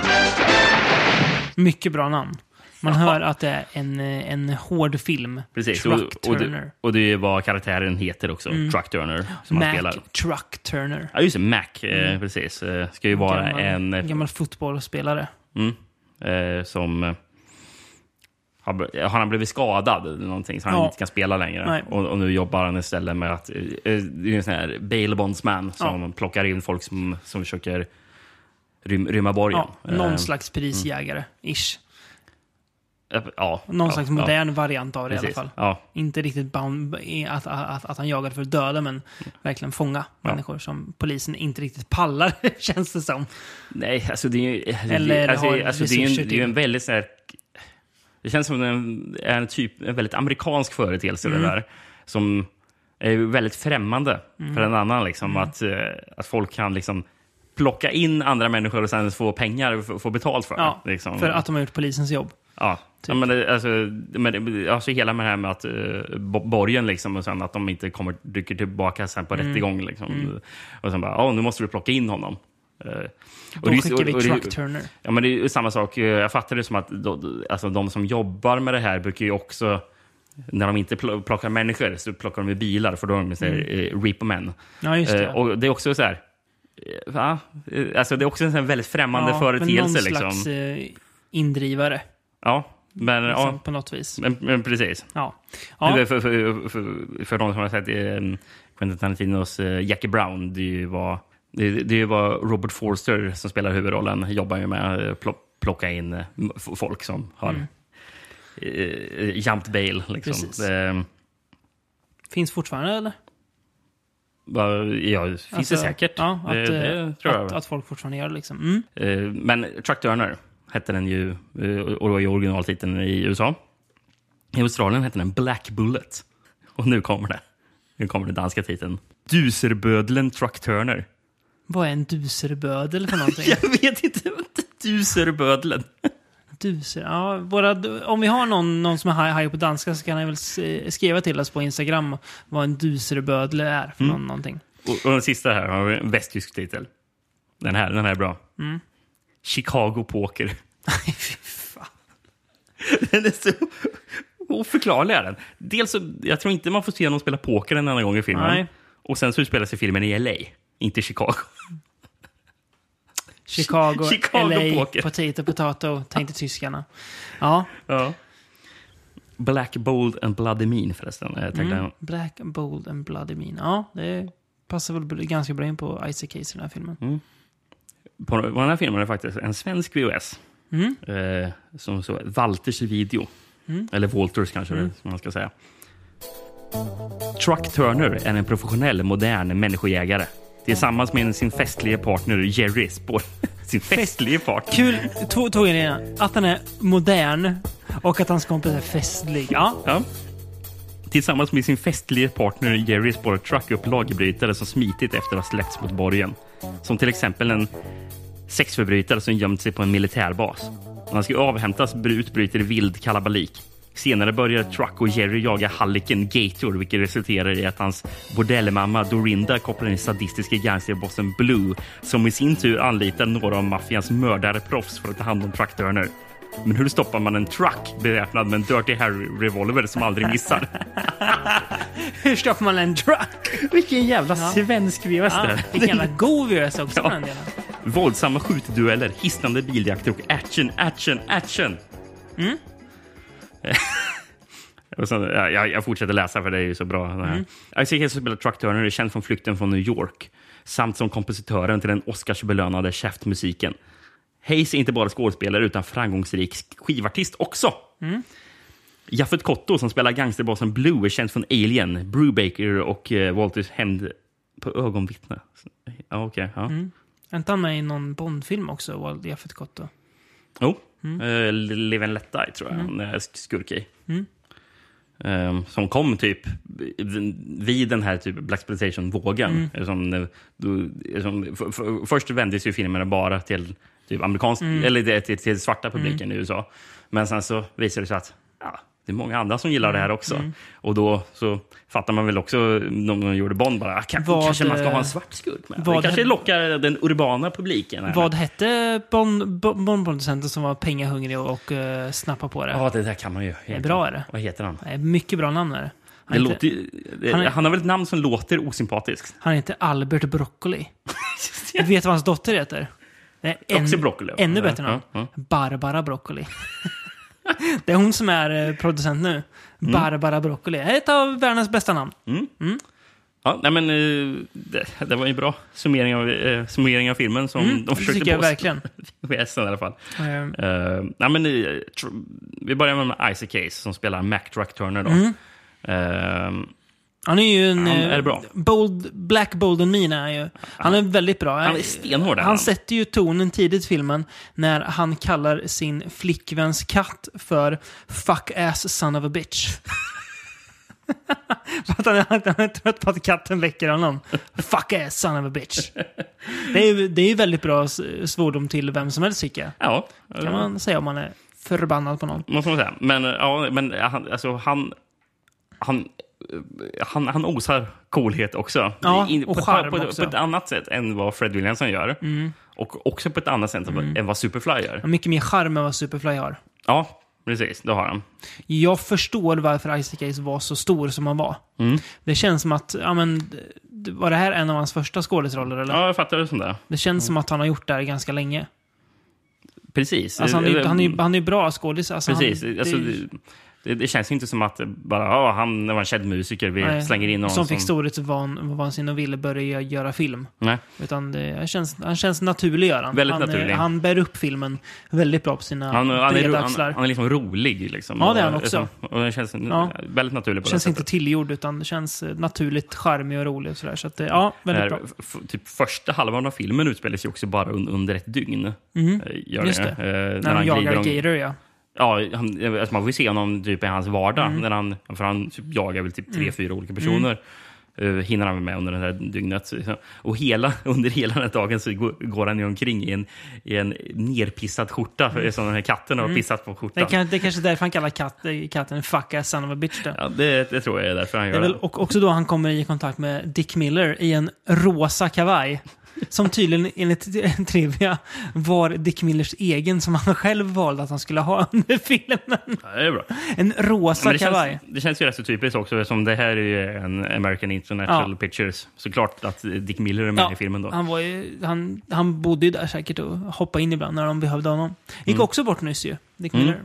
Mycket bra namn. Man hör att det är en hård film. Precis, Truck Turner. Och det är vad karaktären heter också, Truck Turner. Som Mac man spelar. Truck Turner. Ja, just det, Mac, precis. Ska ju vara en gammal fotbollsspelare. Som... Har han blivit skadad eller någonting så han inte kan spela längre. Och nu jobbar han istället med att... Det är en sån här bail bondsman som plockar in folk som försöker rymma borgen. Ja, någon slags prisjägare-ish. Ja, någon slags modern variant av det. Precis. I alla fall. Ja. Inte riktigt att han jagar för att döda, men verkligen fånga människor som polisen inte riktigt pallar, känns det som. Nej, alltså det är ju... det är en väldigt så här... Det känns som en väldigt amerikansk företeelse det där. Som är väldigt främmande för en annan. Liksom, att folk kan liksom plocka in andra människor och sen få pengar, få betalt för det. Liksom. För att de har gjort polisens jobb. Ja, typ. Ja, men alltså hela med det här med att borgen liksom, och sen att de inte dyker tillbaka sen på rättegång liksom. Och sen bara, nu måste du plocka in honom. Då skickar vi Truck Turner. Ja, men det är samma sak. Jag fattar det som att alltså, de som jobbar med det här brukar ju också, när de inte plockar människor så plockar de med bilar, för då är de reapermen. Ja, just det. Och det är också så här, alltså det är också en väldigt främmande företeelse någon slags indrivare. Ja, men på något vis. Men precis. Ja. För de som har sett Quentin Tarantinos Jackie Brown. Det är ju vad Robert Forster som spelar huvudrollen jobbar ju med att plocka in folk som har jumped bail. Liksom. Finns fortfarande, eller? Ja, finns det säkert. Ja, det tror jag. Att folk fortfarande gör det. Liksom. Men Truck Turner hette den ju, och då i originaltiteln i USA. I Australien hette den Black Bullet. Och nu kommer den danska titeln. Duserbödlen Truck Turner. Vad är en duserbödel för någonting? Jag vet inte. Duserbödlen. Ja, om vi har någon som är haj på danska så kan jag väl skriva till oss på Instagram vad en duserbödle är för någonting. Och den sista här har vi en västtysk titel. Den här är bra. Chicago Poker. Nej, fy fan. Den är så oförklarlig är den. Dels så, jag tror inte man får se någon spela poker en annan gång i filmen. Nej. Och sen så utspelar sig filmen i LA, inte Chicago. Chicago LA, poker. potato, tänkte tyskarna. Ja. Black, Bold and Bloody Mean förresten. Black, Bold and Bloody Mean. Ja, det passar väl ganska bra in på Isaac Hayes i den här filmen. På den här filmen är faktiskt en svensk VHS. Som så Walters video. Eller Walters kanske som man ska säga. Truck Turner är en professionell, modern människojägare. Tillsammans med sin festliga partner Jerry sin festliga partner. Kul, tog jag det. Att han är modern och att hans kompis är festlig. Ja. Tillsammans med sin festliga partner Jerry spårar Truck upp lagerbrytare som smitit efter att ha släppts mot borgen. Som till exempel en sexförbrytare som gömt sig på en militärbas. När han ska avhämtas utbryter vild kalabalik. Senare börjar Truck och Jerry jaga halliken Gator, vilket resulterar i att hans bordellmamma Dorinda kopplar in sadistiska gangsterbossen Blue, som i sin tur anlitar några av maffians mördare proffs för att ta hand om Truck Turner. Men hur stoppar man en Truck beväpnad med en Dirty Harry-revolver som aldrig missar? Hur stoppar man en Truck? Vilken jävla svensk VHS där. Vilken jävla god VHS också. Ja. Våldsamma skjutdueller, hisnande biljakter och action. Och så, jag fortsätter läsa för det är ju så bra. Isaac Hayes spelar Truck Turner är känd från Flykten från New York samt som kompositören till den Oscarsbelönade Shaft-musiken. Hayes är inte bara skådespelare utan framgångsrik skivartist också. Jaffet Kotto som spelar gangsterbossen Blue är känd från Alien, Brubaker och Walters hämnd på ögonvittne. Ja, okej. Ja. Är inte han med i någon Bond-film också, Jaffet Kotto? Live and Let Die tror jag han är skurk i. Som kom typ vid den här typ blaxploitation-vågen. Först vändes ju filmerna bara till typ amerikansk eller till svarta publiken i USA. Men sen så visade det sig att det är många andra som gillar det här också. Och då så fattar man väl också när de gjorde Bond bara kanske man ska ha en svart skurk med. Det kanske lockar den urbana publiken. Vad hette Bond-producenten som var pengahungrig och snappa på det? Ja, det där kan man ju. Det är bra är det. Vad heter han? Det är mycket bra namn är det. Han har väl ett namn som låter osympatiskt. Han heter Albert Broccoli. Du vet vad hans dotter heter? Också Broccoli. Ännu bättre namn. Barbara Broccoli. Det är hon som är producent nu. Barbara Broccoli. Ett av världens bästa namn. Ja, nej men det var ju bra summering av filmen som de försökte på. Verkligen. VS i alla fall. Nej men vi börjar med Isaac Hayes som spelar Mac Truck Turner då. Han är ju en är bra. Black Bold and Mean är ju. Han är väldigt bra. Han är stenhård. Han sätter ju tonen tidigt i filmen när han kallar sin flickväns katt för fuck ass son of a bitch. För att han är trött på att katten väcker honom. Fuck ass son of a bitch. Det är ju väldigt bra svordom till vem som helst tycker jag. Ja. Kan man säga om man är förbannad på någon. Måste man säga. Men han osar coolhet också. Ja, och charm också. På ett annat sätt än vad Fred Williamson gör. Och också på ett annat sätt än vad Superfly gör. Mycket mer charm än vad Superfly har. Ja, precis. Det har han. Jag förstår varför Isaac Hayes var så stor som han var. Det känns som att var det här en av hans första skådesroller? Eller? Ja, jag fattar det som det. Det känns som att han har gjort det här ganska länge. Precis. Alltså, han är bra skådis. Alltså, precis. Det känns inte som att bara han var en känd musiker. Vi slänger in någon som fick storhetsvansinne och ville börja göra film. Nej. Utan han känns naturlig, gör han. Väldigt naturlig. Han bär upp filmen väldigt bra på sina breda axlar. Han är liksom rolig. Liksom. Ja, det är han också. Och det känns väldigt naturligt på det känns sättet. inte tillgjord, utan det känns naturligt charmig och rolig. Och sådär. Så att, väldigt bra. Typ första halvan av filmen utspelas ju också bara under ett dygn. Just det. När han jagar Gator, ja. Ja, man får se honom typ i hans vardag. För han typ jagar väl typ 3-4 olika personer. Hinner han med under det här dygnet. Och under hela den här dagen så går han ju omkring i en nerpissad skjorta. Som den här katten har pissat på skjortan. Det är kanske därför han kallar katten fuck ass son of a bitch. Ja, det tror jag är därför han gör det. Och också då han kommer i kontakt med Dick Miller i en rosa kavaj. Som tydligen enligt trivia var Dick Millers egen, som han själv valde att han skulle ha under filmen. Ja, det är bra. En rosa kavaj. Det känns ju rätt så typiskt också, som det här är ju en American International Pictures. Såklart att Dick Miller är med i filmen då. Han bodde ju där säkert och hoppade in ibland när de behövde honom. Gick också bort nyss ju, Dick Miller.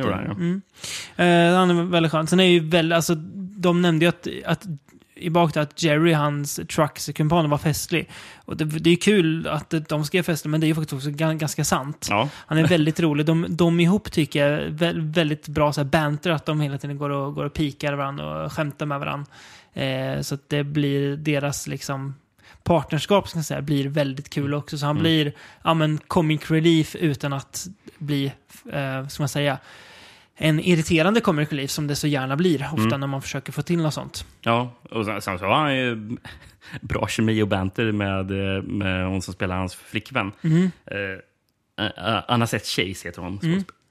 Han är väldigt skön. Sen är ju väldigt, alltså, de nämnde ju att i bak att Jerry, hans trucks-kumpaner, var festlig. Och det är kul att de ska vara festliga, men det är ju faktiskt också ganska sant. Ja. Han är väldigt rolig. De ihop tycker jag väldigt bra så här banter, att de hela tiden går och pikar varandra och skämtar med varandra. Så att det blir deras liksom partnerskap, ska jag säga, blir väldigt kul också. Så han blir comic relief utan att bli, ska man säga, en irriterande comic relief som det så gärna blir ofta när man försöker få till något sånt. Ja, och sen så har han ju bra kemi och banter med hon som spelar hans flickvän. Annasette Chase heter hon.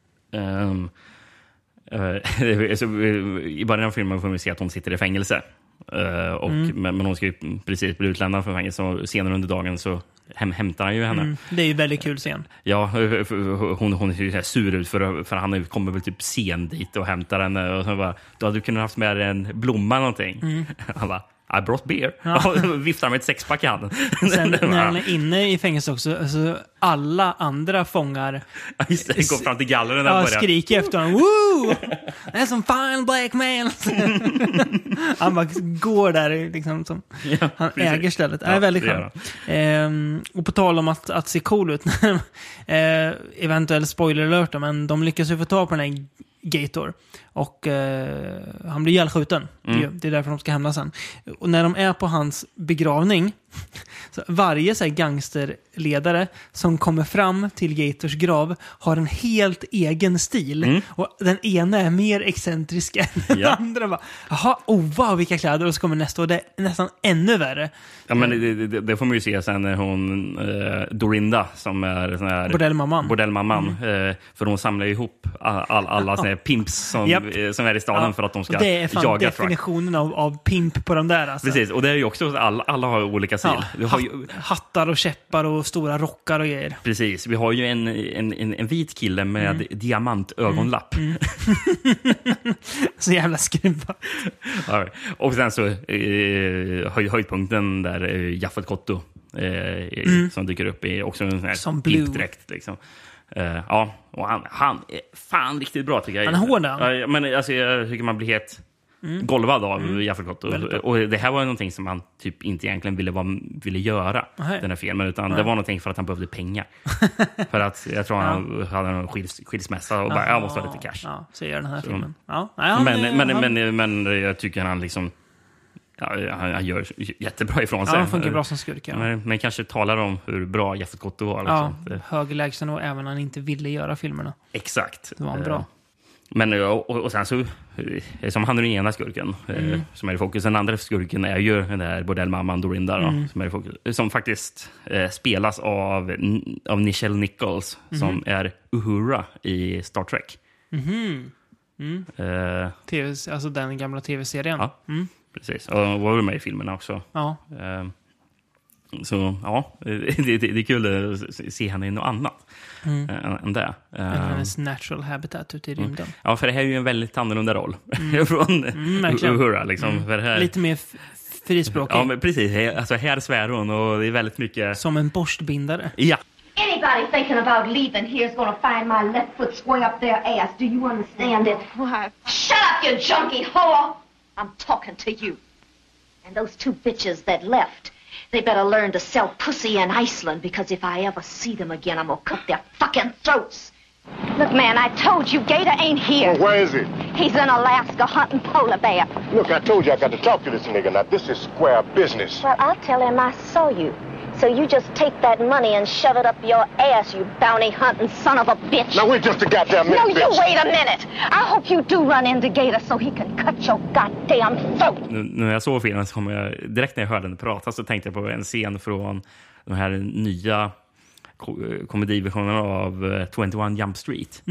I början av filmen får vi se att hon sitter i fängelse. Men hon ska ju precis bli utlämnad från fängelse, och senare under dagen så hämtar han ju henne. Det är ju väldigt kul scen. Ja, hon är ju sur ut för han kommer väl typ sen dit och hämtar henne, och så bara, då hade du kunnat haft med en blomma eller någonting. Han bara, I brought beer. Ja. Viftar med ett sexpack i handen. Sen när han är inne i fängelse också, alltså, alla andra fångar just det, går fram till gallren där skriker efter honom. Woo! That's some fine black man. Han bara går där liksom, som han äger stället. Det är väldigt skönt. Och på tal om att se cool ut, eventuell spoiler alert, men de lyckas ju få ta på den här Gator. Och han blir ihjälskjuten. Det är därför de ska hämnas sen. Och när de är på hans begravning, så varje så här gangsterledare som kommer fram till Gators grav har en helt egen stil. Och den ena är mer excentrisk än den andra. Bara, jaha, wow, vilka kläder. Och så kommer nästa, och det är nästan ännu värre. Ja, men det får man ju se sen när hon Dorinda, som är sån här bordellmamman. För hon samlar ihop alla såna här pimps som är i staden för att de ska jaga. Det är fan definitionen av pimp på de där. Alltså. Precis, och det är ju också alla har olika stil. Vi har ju hattar och käppar och stora rockar och grejer. Precis, vi har ju en vit kille med diamantögonlapp. Så jävla skruva. Och sen så höjdpunkten där Jaffet Kotto som dyker upp i också en sån här pimpdräkt liksom. Och han är fan riktigt bra, tycker jag. Han är hård. Men alltså, jag tycker man blir helt golvad av Jaffet Kotto. Och det här var någonting som han typ inte egentligen ville göra, den här filmen, utan det var någonting för att han behövde pengar. För att jag tror han hade en skilsmässa och bara, jag måste ha lite cash. Ja, så gör den här filmen. Men jag tycker han liksom han gör jättebra ifrån sig. Ja, han funkar bra som skurk. Men kanske talar om hur bra Jaffet Kotto var. Liksom. Höglägsen, och även han inte ville göra filmerna. Exakt. Det var bra. Men och sen så som han är den ena skurken som är i fokus. Den andra skurken är ju den där bordellmamman Dorinda som är i fokus, som faktiskt spelas av Nichelle Nichols som är Uhura i Star Trek. Alltså den gamla tv-serien. Ja, precis. Och var med i filmerna också. Ja. Så ja, det är kul att se henne i något annat än det. Hennes natural habitat ute i rymden. Ja, för det här är ju en väldigt annorlunda roll från Uhura. Liksom, för det här... Lite mer frispråkig. Ja, men precis. Alltså, här svär hon, och det är väldigt mycket... Som en borstbindare. Ja. Any Anybody thinking about leaving here is going to find my left foot square up their ass. Do you understand it? Why? Shut up, you junkie whore! I'm talking to you. And those 2 bitches that left, they better learn to sell pussy in Iceland, because if I ever see them again, I'm going to cut their fucking throats. Look, man, I told you, Gator ain't here. Well, where is he? He's in Alaska hunting polar bear. Look, I told you I got to talk to this nigga. Now, this is square business. Well, I'll tell him I saw you. So you just take that money and shove it up your ass, you bounty hunting son of a bitch. Now, wait just a goddamn minute, No, bitch. you wait a minute. I hope you do run into Gator so he can cut your goddamn throat. När jag såg filmen så kom jag, direkt när jag hörde henne prata så tänkte jag på en scen från de här nya komediversionerna av 21 Jump Street.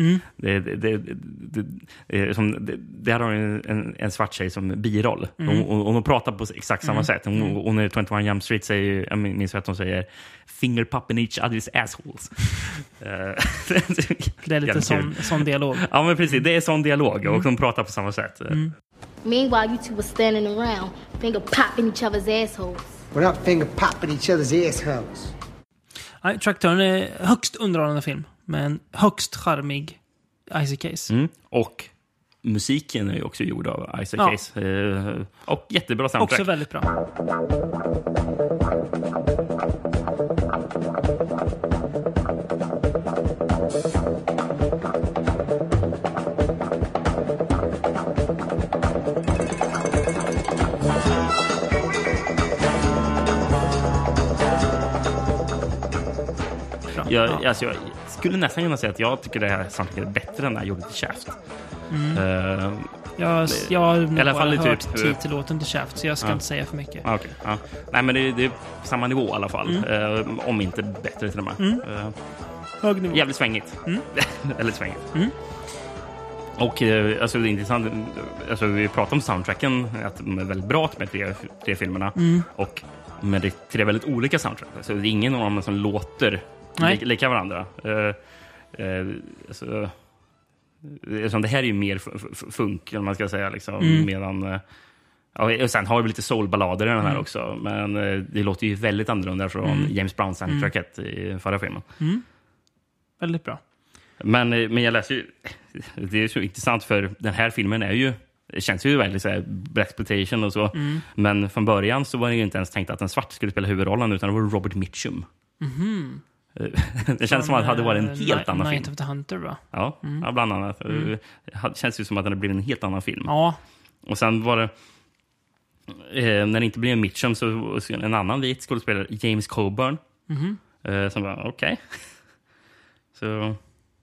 Det har en svart tjej som biroll. Och de pratar på exakt samma sätt. Och när 21 Jump Street säger, jag minns att de säger finger pop in each other's assholes. Det är lite sån dialog. Ja, men precis. Det är sån dialog. Och de pratar på samma sätt. Meanwhile, you two were standing around, finger popping each other's assholes. We're not finger popping each other's assholes. Nej, Truck Turn är högst underhållande film. Men högst charmig Isaac Case. Och musiken är ju också gjord av Isaac Case. Och jättebra soundtrack. Också väldigt bra. Jag skulle nästan kunna säga att jag tycker det här soundtracket är bättre än det jag gjorde till Shaft. Jag har i alla fall hört typ titellåten till Shaft, så jag ska inte säga för mycket. Okay, ja. Nej, men det är samma nivå i alla fall. Om inte bättre till och med. Hög nivå. Jävligt svängigt. Väldigt svängigt. Och alltså, det är intressant. Alltså, vi pratar om soundtracken, att de är väldigt bra med tre filmerna. Och med det 3 väldigt olika soundtrack. Alltså, det är ingen av dem som låter lika varandra. Alltså, det här är ju mer funk, om man ska säga. Liksom, medan... och sen har vi lite soulballader i den här också. Men det låter ju väldigt annorlunda från James Brown soundtracket i förra filmen. Väldigt bra. Men jag läser ju... Det är så intressant, för den här filmen är ju... Det känns ju väldigt såhär blaxploitation och så. Men från början så var det ju inte ens tänkt att en svart skulle spela huvudrollen, utan det var Robert Mitchum. Det känns som att det hade varit en helt annan film. Night of the Hunter, va? Ja, bland annat. Det känns ju som att det blivit en helt annan film. Ja. Och sen var det... när det inte blev Mitchum så en annan vit skådespelare, James Coburn. Som var okej. Så...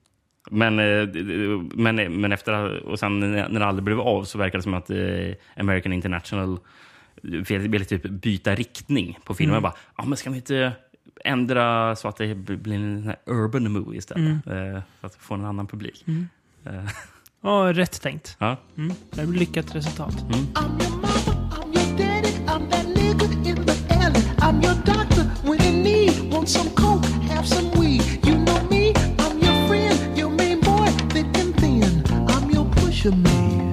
Men efter, och sen när det aldrig blev av så verkar det som att American International ville typ byta riktning på filmen. Bara, men ska vi inte ändra så att det blir en urban movie istället? Så att få en annan publik. Ja, rätt tänkt. Ja. Det blir lyckat resultat. I'm your mama, I'm your daddy, I'm that nigga in the alley. I'm your doctor when in need. Want some coke, have some weed. You know me, I'm your friend, your main boy, thick and thin. I'm your pusher man.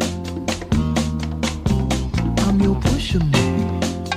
I'm your pusher man.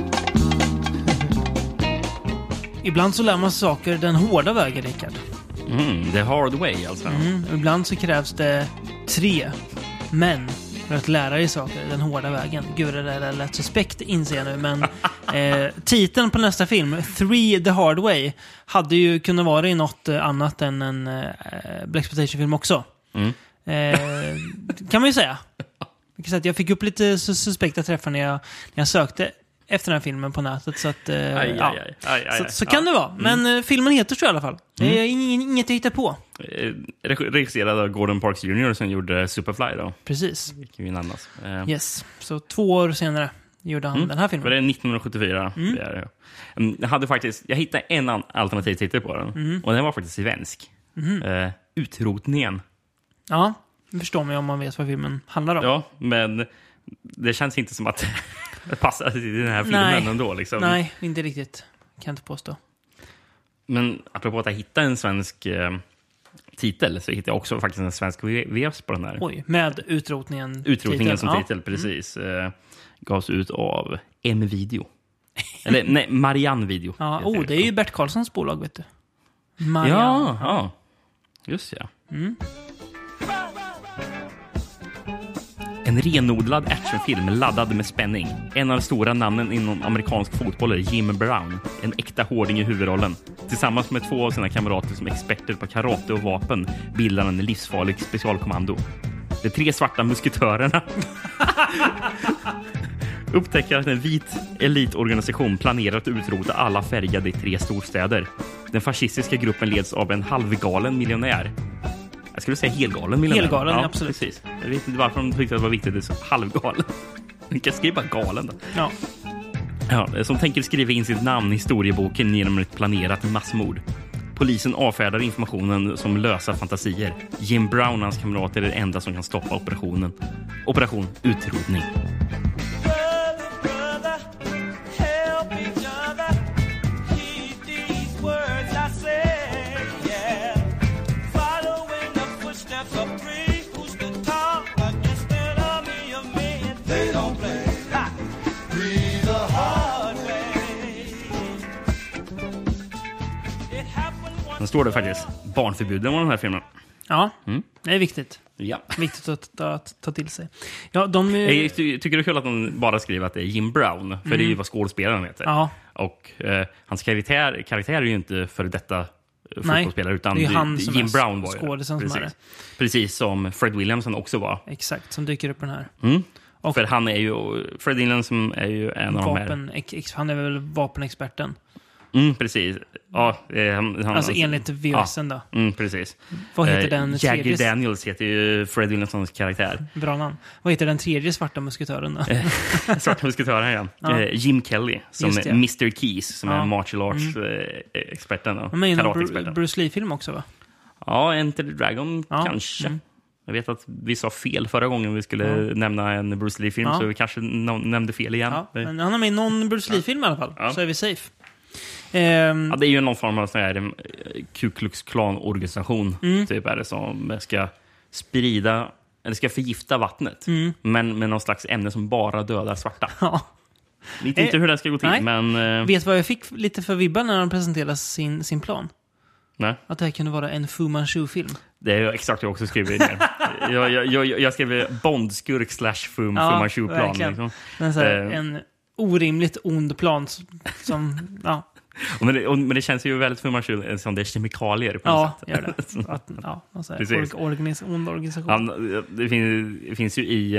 Ibland så lär man saker den hårda vägen, Rickard. The hard way, alltså. Ibland så krävs det 3 män för att lära dig saker den hårda vägen. Gud, det där lät suspekt, inser jag nu. Men titeln på nästa film, 3 The Hard Way, hade ju kunnat vara i något annat än en blaxploitation-film också. Kan man ju säga. Jag fick upp lite suspekta träffar när jag sökte efter den här filmen på nätet, så att så kan det vara. Men filmen heter så i alla fall. Det är inget jag hittar på. Regisserad av Gordon Parks Jr. som gjorde Superfly då. Precis. Yes. Så 2 år senare gjorde han den här filmen. För det är 1974. Jag hittade en alternativ titel på den. Och den var faktiskt svensk. Utrotningen. Ja, det förstår man ju om man vet vad filmen handlar om. Ja, men det känns inte som att det passar i den här filmen ändå. Liksom. Nej, inte riktigt. Kan jag inte påstå. Men apropå att jag hittade en svensk titel, så hittade jag också faktiskt en svensk VFs på den här. Oj, med utrotningen som titel, precis. Gavs ut av M-video. Eller nej, Marianne Video. Ja, det är ju Bert Karlssons bolag, vet du. Marianne. Ja. Just ja. En renodlad actionfilm laddad med spänning. En av de stora namnen inom amerikansk fotboll är Jim Brown. En äkta hårding i huvudrollen. Tillsammans med 2 av sina kamrater som experter på karate och vapen bildar en livsfarlig specialkommando. De 3 svarta musketörerna upptäcker att en vit elitorganisation planerar att utrota alla färgade i 3 storstäder. Den fascistiska gruppen leds av en halvgalen miljonär. Jag skulle säga helgalen miljonär. Helgalen, ja, absolut. Precis. Jag vet inte varför de tyckte att det var viktigt. Det är så halvgalen. Man kan skriva galen då. Ja. Ja, som tänker skriva in sitt namn i historieboken genom ett planerat massmord. Polisen avfärdar informationen som lösa fantasier. Jim Brown och hans kamrater är det enda som kan stoppa operationen. Operation utrotning. Sen står det faktiskt barnförbuden av den här filmen. Ja, det är viktigt. Ja. Viktigt att ta till sig. Ja, jag tycker det är kul att de bara skriver att det är Jim Brown. För det är ju vad skådespelaren heter. Ja. Och hans karaktär är ju inte för detta fotbollsspelare. Utan det är han som Jim är Brown var skådespelaren som är det. Precis som Fred Williamson också var. Exakt, som dyker upp den här. Och för han är ju... Fred Williamson är ju en av de här... Han är väl vapenexperten. Precis. Ja, alltså enligt VSen då. Precis. Vad heter den Jagger tredje... Daniels heter ju Fred Williamsons karaktär. Bra namn. Vad heter den tredje svarta musketören då? Svarta musketören, ja. Jim Kelly, som är Mr. Keys, som är martial arts-experten. Men en Bruce Lee-film också, va? Ja, Enter the Dragon kanske. Jag vet att vi sa fel förra gången vi skulle nämna en Bruce Lee-film, så vi kanske nämnde fel igen. Ja, men han har med i någon Bruce Lee-film i alla fall, så är vi safe. Det är ju någon form av sån här Ku Klux Klan-organisation typ är det, som ska sprida eller ska förgifta vattnet, men med någon slags ämne som bara dödar svarta. Vet inte hur det ska gå till, men... Vet vad jag fick lite för vibbar när de presenterade sin plan? Nej. Att det här kunde vara en Fu Manchu-film. Det är exakt jag också skriver ner. jag skriver Bondskurk / Fu Manchu-plan. Liksom. En orimligt ond plan som... Men det känns ju väldigt Fu Manchu som det är kemikalier på något sätt. Gör det. Ond organisation. Det finns ju i...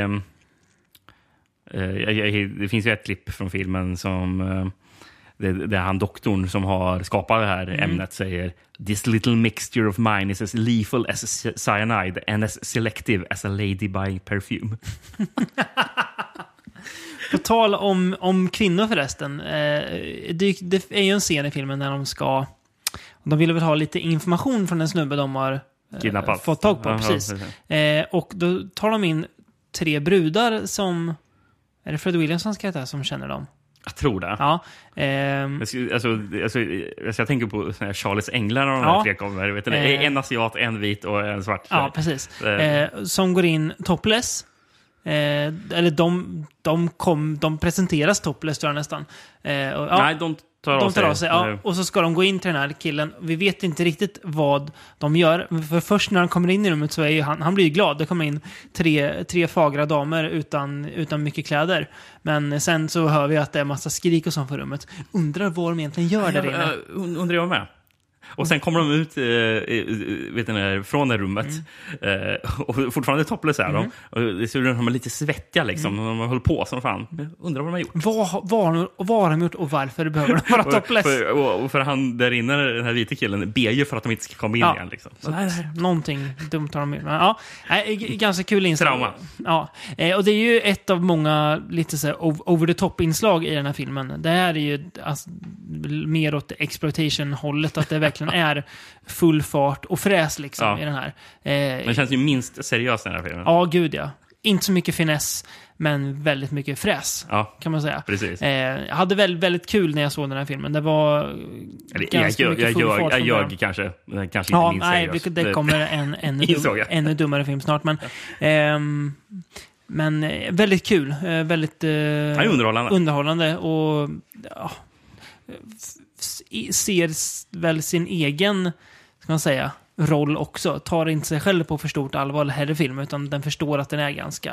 det finns ju ett klipp från filmen som... Det är han doktorn som har skapat det här ämnet säger: "This little mixture of mine is as lethal as cyanide and as selective as a lady buying perfume." På tal om kvinnor förresten. Det är ju en scen i filmen när de ville väl ha lite information från en snubbe de har fått tag på. Precis. Och då tar de in 3 brudar som... Är det Fred Williamsons karaktär som känner dem? Jag tror det. Ja. Jag tänker på Charlies Änglar och de här 3 kommer. Vet du, en asiat, en vit och en svart. Ja, precis. Som går in topless. Eller de presenteras topless, tror jag nästan. Nej, de tar av sig. Ja, och så ska de gå in till den här killen. Vi vet inte riktigt vad de gör. För först när han kommer in i rummet så är ju han blir glad. Det kommer in 3 fagra damer utan mycket kläder. Men sen så hör vi att det är massa skrik och sånt för rummet. Undrar vad de egentligen gör där inne. Undrar jag med. Och sen kommer de ut från det rummet och fortfarande topless är de. Och det ser ut att de är lite svettiga liksom. De har hållit på som fan. Undrar vad de har gjort. Vad har de gjort och varför behöver de vara topless? för han där inne, den här vita killen, ber ju för att de inte ska komma in igen. Liksom. Så någonting dumt har de gjort. Ganska kul inslag. Trauma. Ja. Och det är ju ett av många lite så här over the top inslag i den här filmen. Det här är ju mer åt exploitation-hållet, att det verkligen är full fart och fräs liksom i den här. Det känns ju minst seriöst i den här filmen. Ja, gud ja. Inte så mycket finess, men väldigt mycket fräs, kan man säga. Precis. Jag hade väldigt kul när jag såg den här filmen. Det var ganska mycket full fart. Jag ljög kanske inte minst seriöst. Det kommer en ännu dummare film snart. Men väldigt kul. Väldigt underhållande. Och ser väl sin egen, ska man säga, roll också. Tar inte sig själv på för stort allvar eller här i filmen, utan den förstår att den är ganska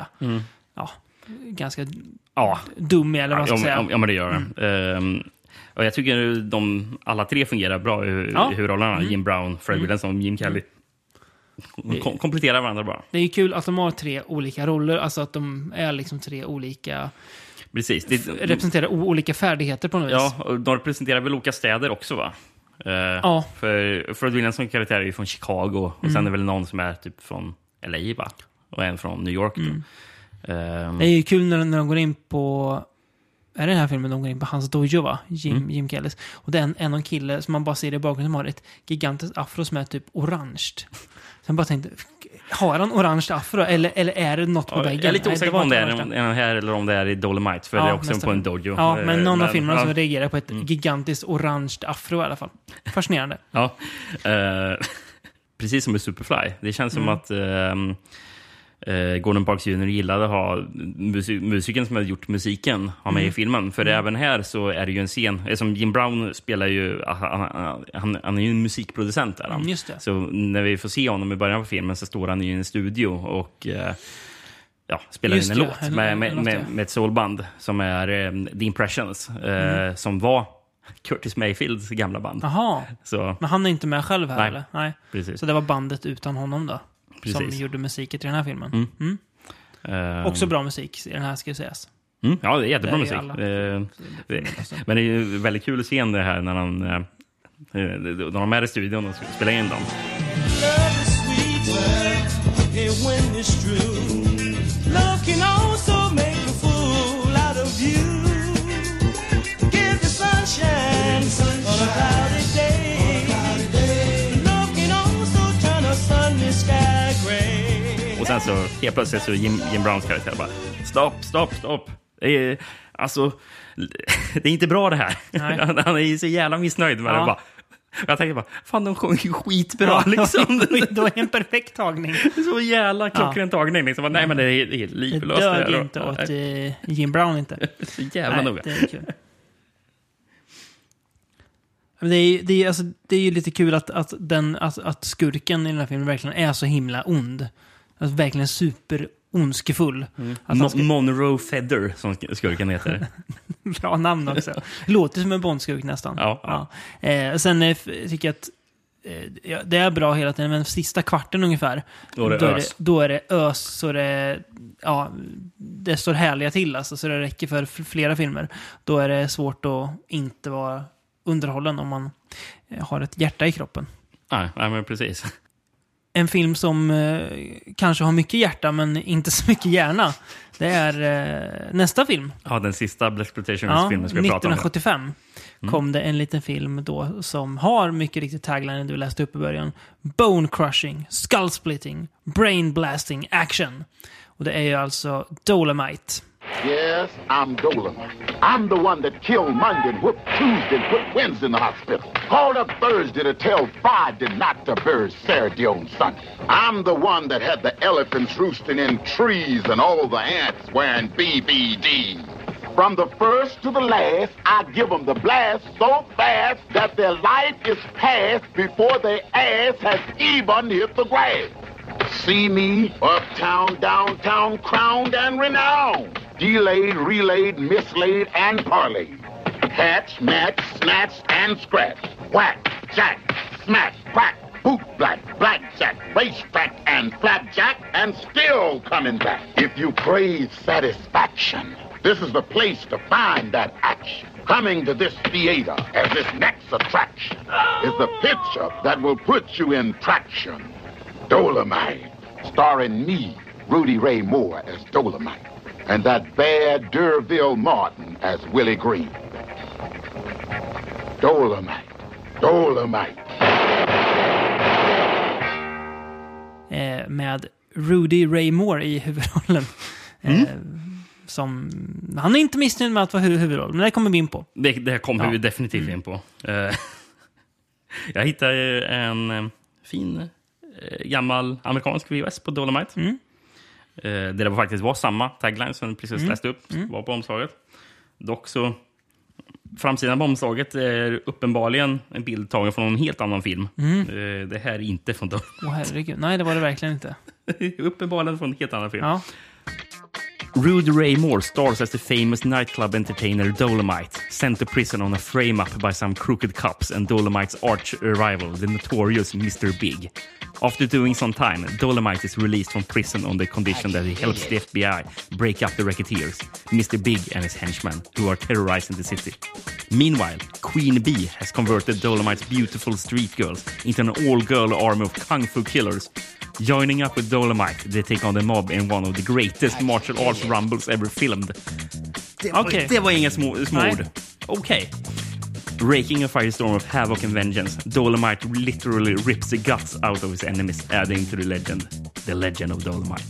dum, eller vad man ska säga. Ja, men det gör den. Och jag tycker alla tre fungerar bra i huvudrollerna. Jim Brown, Fred Williamson och Jim Kelly. Kompletterar varandra bra. Det är kul att de har 3 olika roller, alltså att de är liksom 3 olika... Precis. Representerar olika färdigheter på något vis. Ja, och de representerar väl olika städer också, va? För Fred Williamson karaktär är ju från Chicago. Och sen är det väl någon som är typ från LA, va? Och en från New York. Det är ju kul när de går in på... Är det den här filmen de går in på hans dojo, va? Jim Kellys. Och det är en kille som man bara ser i bakgrunden som har ett gigantiskt afro som är typ orange. Så jag bara tänkte, har han orange afro? Eller är det något på väggen? Jag är lite osäker på om det är här eller om det är i Dolomite. För det är också på en dojo. Ja, men någon av filmerna som reagerar på ett gigantiskt orange afro i alla fall. Fascinerande. Ja, precis som med Superfly. Det känns som att... Gordon Parks Jr. gillade att ha musiken som har gjort musiken ha med i filmen. För även här så är det ju en scen som Jim Brown spelar ju, han är ju en musikproducent där. Just det. Så när vi får se honom i början av filmen så står han i en studio och spelar in en låt med ett soulband som är The Impressions som var Curtis Mayfields gamla band. Jaha, men han är inte med själv här? Nej, eller? Nej. Precis. Så det var bandet utan honom då? Precis. Som gjorde musiken till den här filmen. Också bra musik i den här, ska sägas. Ja, det är jättebra musik. Men det är ju väldigt kul att se det här när de är i studion och spelar in dem. Och sen så helt plötsligt så Jim Browns karaktär bara stopp. Det är inte bra det här. Han är ju så jävla missnöjd med det bara. Jag tänkte bara, fan de sjunger ju skitbra liksom. Det var en perfekt tagning. Så jävla klockren tagning liksom. Nej, men det är helt livlöst. Det dög inte åt Jim Brown inte. Så jävla noga. Det är kul. Men det är ju lite kul att skurken i den här filmen verkligen är så himla ond. Alltså verkligen super ondskefull. Monroe Feather som skurken heter. Bra namn också. Låter som en Bondskurk nästan. Ja. Sen tycker jag att det är bra hela tiden, men sista kvarten ungefär då är det ös så det står härliga till alltså, så det räcker för flera filmer. Då är det svårt att inte vara underhållen om man har ett hjärta i kroppen. Nej, men precis. En film som kanske har mycket hjärta men inte så mycket hjärna. Det är nästa film. Ja, den sista Blaxploitation-filmen ska vi prata om. 1975 kom det en liten film då som har mycket riktigt tagline du läste upp i början. Bone crushing, skull splitting, brain blasting action. Och det är ju alltså Dolomite. Yes, I'm Dolomite. I'm the one that killed Monday and whooped Tuesday and put Wednesday in the hospital. Called up Thursday to tell Friday not to bury Saturday on Sunday. I'm the one that had the elephants roosting in trees and all the ants wearing BBD. From the first to the last, I give them the blast so fast that their life is past before their ass has even hit the grass. See me, uptown, downtown, crowned and renowned. Delayed, relayed, mislaid, and parlayed. Catch, match, snatch, and scratch. Whack, jack, smack, crack, boot black, blackjack, racetrack, and flapjack, and still coming back. If you crave satisfaction, this is the place to find that action. Coming to this theater as this next attraction is the picture that will put you in traction. Dolomite, starring me, Rudy Ray Moore as Dolomite, and that bad D'Urville Martin as Willie Green. Dolomite, Dolomite. Med Rudy Ray Moore i huvudrollen. Som, han är inte missnöjd med att vara huvudroll, men det kommer vi in på. Det kommer vi definitivt in på. Jag hittade en fin gammal amerikansk VHS på Dolomite. Där det faktiskt var samma tagline som precis läste upp. Var på omslaget. Dock så Framsidan på omslaget är uppenbarligen en bild tagen från en helt annan film. Det här är inte från Dolomite. Herregud. Nej, det var det verkligen inte. Uppenbarligen från en helt annan film. Ja. Rudy Ray Moore stars as the famous nightclub entertainer Dolomite, sent to prison on a frame-up by some crooked cops and Dolomite's arch rival, the notorious Mr. Big. After doing some time, Dolomite is released from prison on the condition that he helps the FBI break up the racketeers, Mr. Big and his henchmen, who are terrorizing the city. Meanwhile, Queen Bee has converted Dolomite's beautiful street girls into an all-girl army of kung fu killers. Joining up with Dolomite, they take on the mob in one of the greatest martial arts rumbles ever filmed. Det var inga små ord. Okej. Raking a firestorm of havoc and vengeance, Dolomite literally rips the guts out of his enemies, adding to the legend of Dolomite.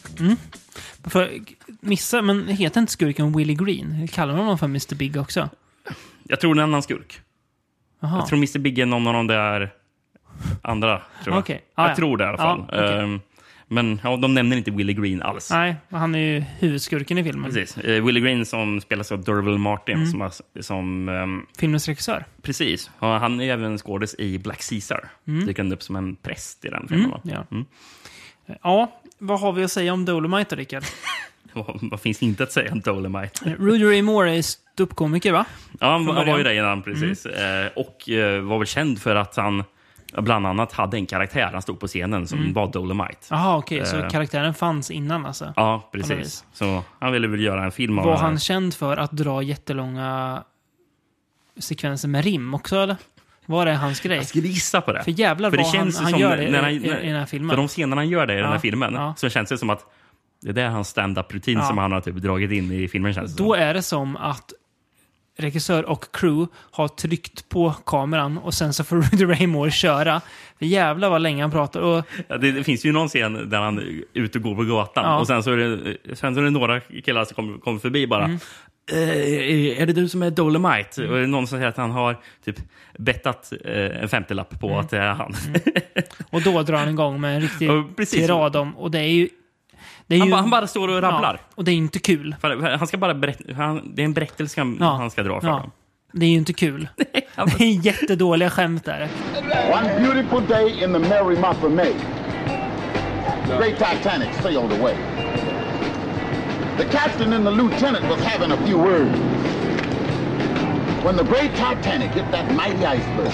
Men heter inte skurken Willie Green? Kallar man honom för Mr. Big också? Jag tror det är en annan skurk. Aha. Jag tror Mr. Big är någon av de där andra, tror jag. Okay. Jag tror det i alla fall. Okay. Men de nämner inte Willie Green alls. Nej, han är ju huvudskurken i filmen. Precis. Willie Green som spelas av Derville Martin som filmens regissör. Precis. Han är även skådis i Black Caesar. Dyker upp som en präst i den filmen. Ja, vad har vi att säga om Dolomite, Rickard? Vad finns inte att säga om Dolomite? Rudy Ray Moore är ståuppkomiker, va? Ja, han var ju det innan, precis. Och var väl känd för att han bland annat hade en karaktär. Han stod på scenen som var Dolomite. Jaha, okej. Så karaktären fanns innan alltså? Ja, precis. Så han ville väl göra en film av Var han känd för att dra jättelånga sekvenser med rim också, eller? Var det hans grej? Jag skulle gissa på det. För jävlar för det vad känns han gör det i den här filmen. För de scenerna han gör det i den här filmen så känns det som att det är hans stand-up-rutin som han har typ dragit in i filmen. Känns det då är det som att regissör och crew har tryckt på kameran och sen så får Rudy Ray Moore köra. För jävlar vad länge han pratar. Och det finns ju någon scen där han är ute och går på gatan och sen så är det några killar som kommer förbi bara. Är det du som är Dolomite? Och är det någon som säger att han har typ bettat en 50-lapp på att det är han. Och då drar han igång med en riktig tirad om. Och det är ju han bara står och rabblar. Ja, och det är inte kul. Han ska bara det är en berättelse han ska dra för dem. Det är ju inte kul. Det är jättedåliga skämt där. One beautiful day in the merry month of May, the great Titanic sailed away. The captain and the lieutenant was having a few words when the great Titanic hit that mighty iceberg.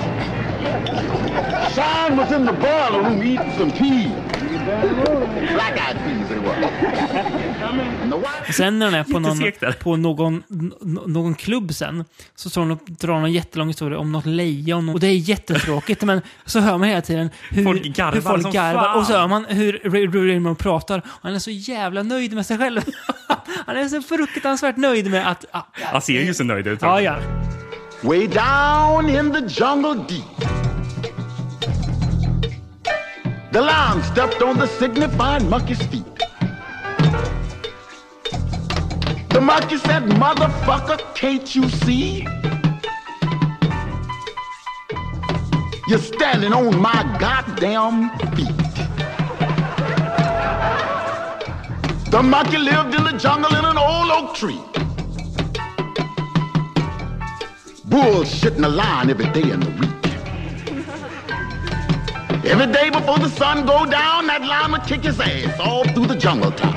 Sean was in the boiler room eating some peas. Black-eyed peas they were. Sen när den är på någon klubb sen så står de och drar någon jättelång historia om något lejon och det är jättetråkigt men så hör man hela tiden hur folk garvar och så hör man hur Rudy Moore pratar och han är så jävla nöjd med sig själv. Han är så fruktansvärt nöjd med att han ser ju så nöjd ut. Ja. Way down in the jungle deep, the lion stepped on the signified monkey's feet. The monkey said, "Motherfucker, can't you see? You're standing on my goddamn feet." The monkey lived in the jungle in an old oak tree. Bullshitting a lion every day in the week. Every day before the sun go down, that lion would kick his ass all through the jungle top.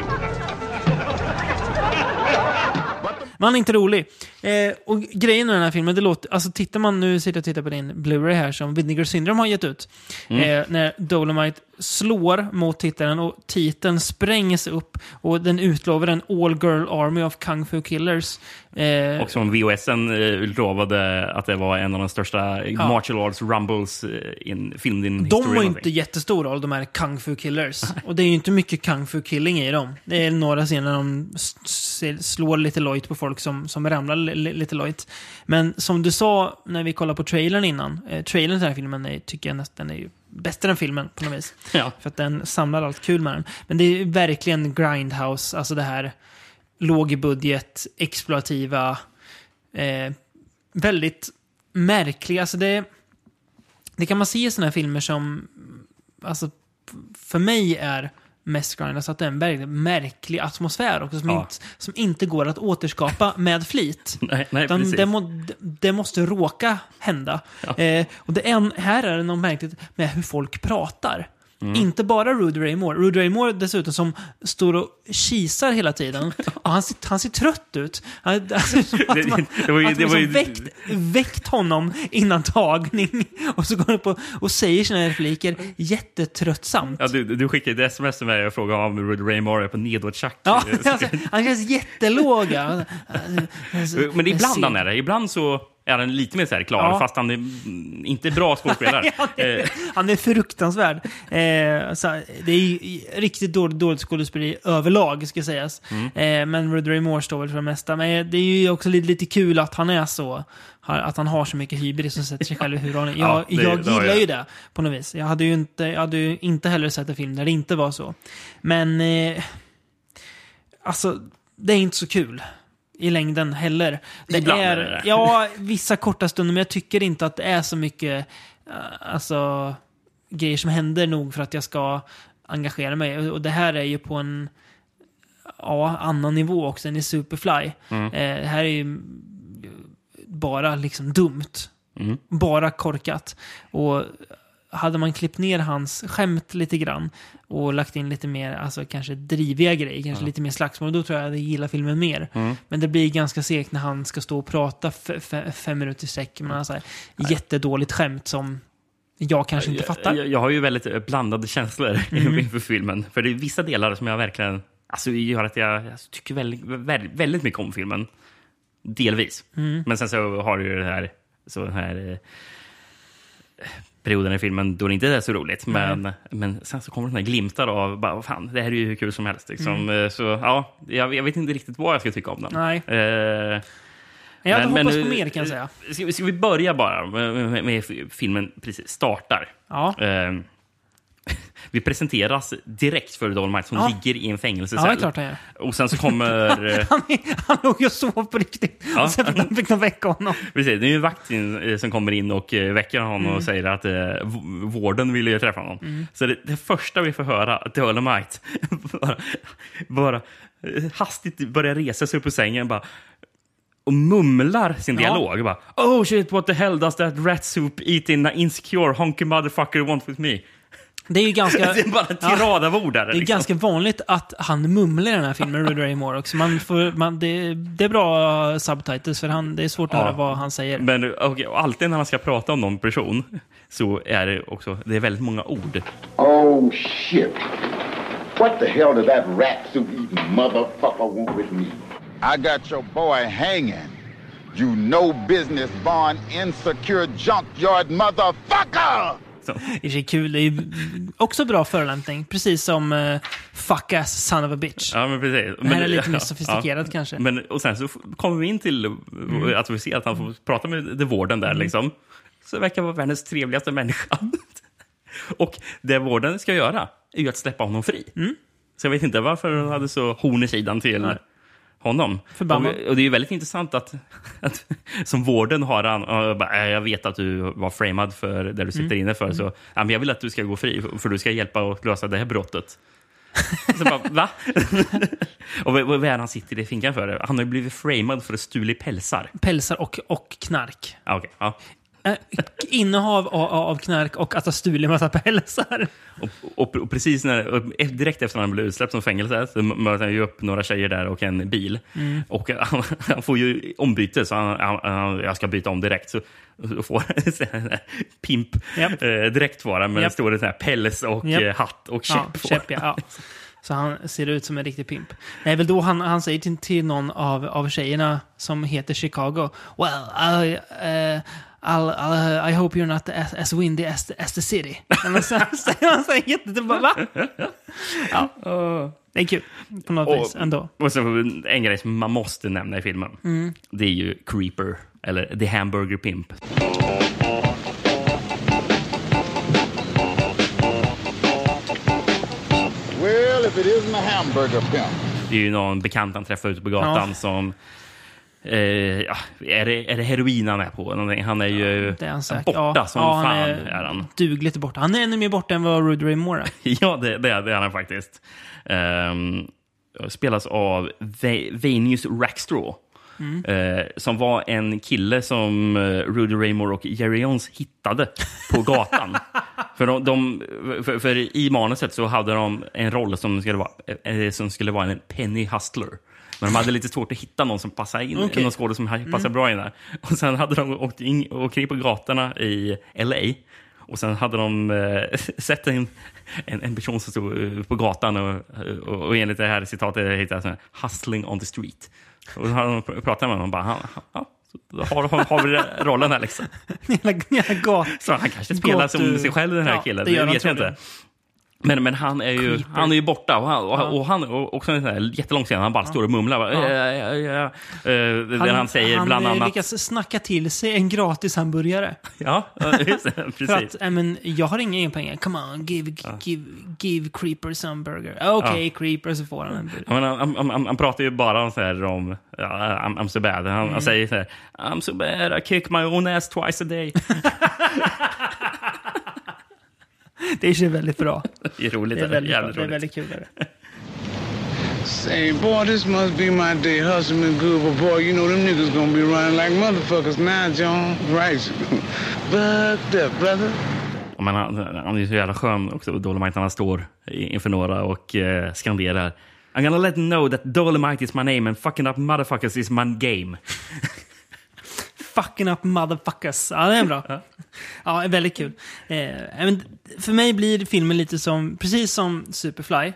Man är inte rolig. Och grejen med den här filmen, det låter, alltså tittar man nu, sitter och tittar på din Blu-ray här som Vinegar Syndrome har gett ut. När Dolomite slår mot tittaren och titeln sprängs upp och den utlovar en all-girl army of kung fu killers. Och som VHSen utlovade att det var en av de största martial arts rumbles in filmen. De var ju inte jättestora av de här kung fu killers. Och det är ju inte mycket kung fu killing i dem. Det är några scener när de slår lite lojt på folk som ramlar lite lojt. Men som du sa när vi kollade på trailern innan, trailern till den här filmen tycker jag nästan är ju bättre än filmen på något vis. Ja. För att den samlar allt kul med den. Men det är verkligen grindhouse, alltså det här låg budget, exploativa, väldigt märkliga. Alltså det kan man se i såna här filmer som alltså för mig är mest grindas, att det är en väldigt märklig atmosfär också, som inte går att återskapa med flit. Nej, precis. Det måste råka hända. Ja. Och här är det något märkligt med hur folk pratar. Inte bara Rudy Ray Moore. Rudy Ray Moore dessutom som står och kisar hela tiden. Och han ser trött ut. Väckt honom innan tagning. Och så går han på och säger sina repliker jättetröttsamt. Ja, du skickade ett sms till mig och frågade om Rudy Ray Moore är på nedåtchack. Ja, alltså, han känns jättelåga. Men ibland han är det. Ibland så är han lite mer så här klar, fast han är inte bra skådespelare. Han är fruktansvärd. Så det är ju riktigt dåligt skådespelare överlag, ska sägas. Men Rudy Ray Moore står väl för det mesta. Men det är ju också lite kul att han är så, att han har så mycket hybris och sätter sig själv i huvudrollen. Jag gillar ju det på något vis. Jag hade ju inte heller sett en film där det inte var så. Men alltså, det är inte så kul i längden heller. Det är ja, vissa korta stunder, men jag tycker inte att det är så mycket alltså grejer som händer nog för att jag ska engagera mig. Och det här är ju på en annan nivå också än i Superfly. Det här är ju bara liksom dumt. Bara korkat. Och hade man klippt ner hans skämt lite grann och lagt in lite mer, alltså kanske driviga grejer, kanske lite mer slagsmål, då tror jag att jag gillar filmen mer. Men det blir ganska segt när han ska stå och prata 5 minuter i sträck. Men alltså, jättedåligt skämt som jag kanske inte fattar. Jag har ju väldigt blandade känslor inför filmen. För det är vissa delar som jag verkligen gör att jag tycker väldigt mycket om filmen. Delvis. Men sen så har du ju det här perioden i filmen då det inte är så roligt. Men sen så kommer den här glimtar av bara, vad fan, det här är ju hur kul som helst. Liksom. Så ja, jag vet inte riktigt vad jag ska tycka om den. Nej. Jag hoppas på mer, kan jag säga. Ska vi börja bara med filmen precis startar? Ja. Vi presenteras direkt för Dolomite som ligger i en fängelsecell. Ja, det är klart han gör. Och sen så kommer... han låg ju och sov på riktigt. Och sen fick de väcka honom. Precis, det är ju en vakt som kommer in och väcker honom och säger att vården vill ju träffa honom. Så det första vi får höra att Dolomite bara hastigt börjar resa sig upp på sängen och mumlar sin dialog. Bara, oh shit, what the hell does that rat soup eating insecure honky motherfucker want with me? Det är ju ganska... det är bara en tirad av ord där. Det är ganska vanligt att han mumlar i den här filmen, Rudy Ray Moore också. Det är bra subtitles, för det är svårt att höra vad han säger. Men alltid när han ska prata om någon person så är det är väldigt många ord. Oh shit. What the hell did that rat soup eating motherfucker want with me? I got your boy hanging. You no business born insecure junkyard motherfucker! Det är kul. Det är ju också bra förolämpning. Precis som fuck ass son of a bitch. Ja, men precis. Det här är lite mer sofistikerat kanske. Och sen så kommer vi in till att vi ser att han får prata med vården där liksom. Så verkar vara världens trevligaste människa. Och det vården ska göra är ju att släppa honom fri. Så jag vet inte varför han hade så horn i sidan till honom. Och det är ju väldigt intressant att som vården har jag vet att du var framad för där du sitter inne för, så jag vill att du ska gå fri för du ska hjälpa att lösa det här brottet. Så bara, va? Och vad är han sitter i finkan för? Han har ju blivit framad för att stula pälsar. Pälsar och knark. Okay, ja. Innehav av knark och att ha stulit massa pälsar. Och precis direkt efter han blev utsläppt från fängelset så möter han ju upp några tjejer där och en bil. Och han får ju ombyte, så jag ska byta om direkt, så får pimp direkt vara, men det står det så här päls och hatt och käpp. Ja. Så han ser ut som en riktig pimp. Det är väl då han säger till någon av tjejerna som heter Chicago, well, I hope you're not as windy as the city. Han säger jättebra, va? Ja. Det är kul på något vis ändå. Och så en grej som man måste nämna i filmen. Det är ju Creeper, eller The Hamburger Pimp. Well, if it isn't a hamburger pimp. Det är ju någon bekant han träffar ute på gatan som Är det heroin han är på? Han är ju det är han borta som fan. Är han dugligt borta. Han är ännu mer borta än vad Rudy Ray Moore är. Ja, det är han faktiskt. Spelas av Vanius Rackstraw. Som var en kille som Rudy Ray Moore och Jerry Jones hittade på gatan. för i manuset så hade de en roll som skulle vara en penny hustler. Men de hade lite svårt att hitta någon som passade in, någon skådespelare som passade bra in där. Och sen hade de åkt in på gatorna i LA. Och sen hade de sett en person som stod på gatan och enligt det här citatet hittade hustling on the street. Och så hade de pratat med honom och bara, har vi rollen här liksom. Så han kanske spelar som sig själv, den här killen. Det vet jag inte. Men han är ju borta och han också en sån här jättelång scen, han bara står och mumlar han säger bland annat, han lyckas snacka till sig en gratis hamburgare. Ja, just det, precis. För att, jag har inga pengar. Come on, give Creeper some burger. Okej, Creeper, så får han en burger. Han pratar ju bara så här om I'm so bad. Han säger så här, I'm so bad, I kick my own ass twice a day. Det är väldigt bra. Det är roligt. Det är väldigt kul. Say, boy, this must be my day. Hustling and good, but boy, you know them niggas gonna be running like motherfuckers now, John. Right. Bucked up, brother. Men han är så jävla skön också. Dolomite, han står inför några och skanderar, I'm gonna let them know that Dolomite is my name and fucking up motherfuckers is my game. Fucking up motherfuckers. Ja, det är bra. Ja, väldigt kul. För mig blir filmen lite som, precis som Superfly,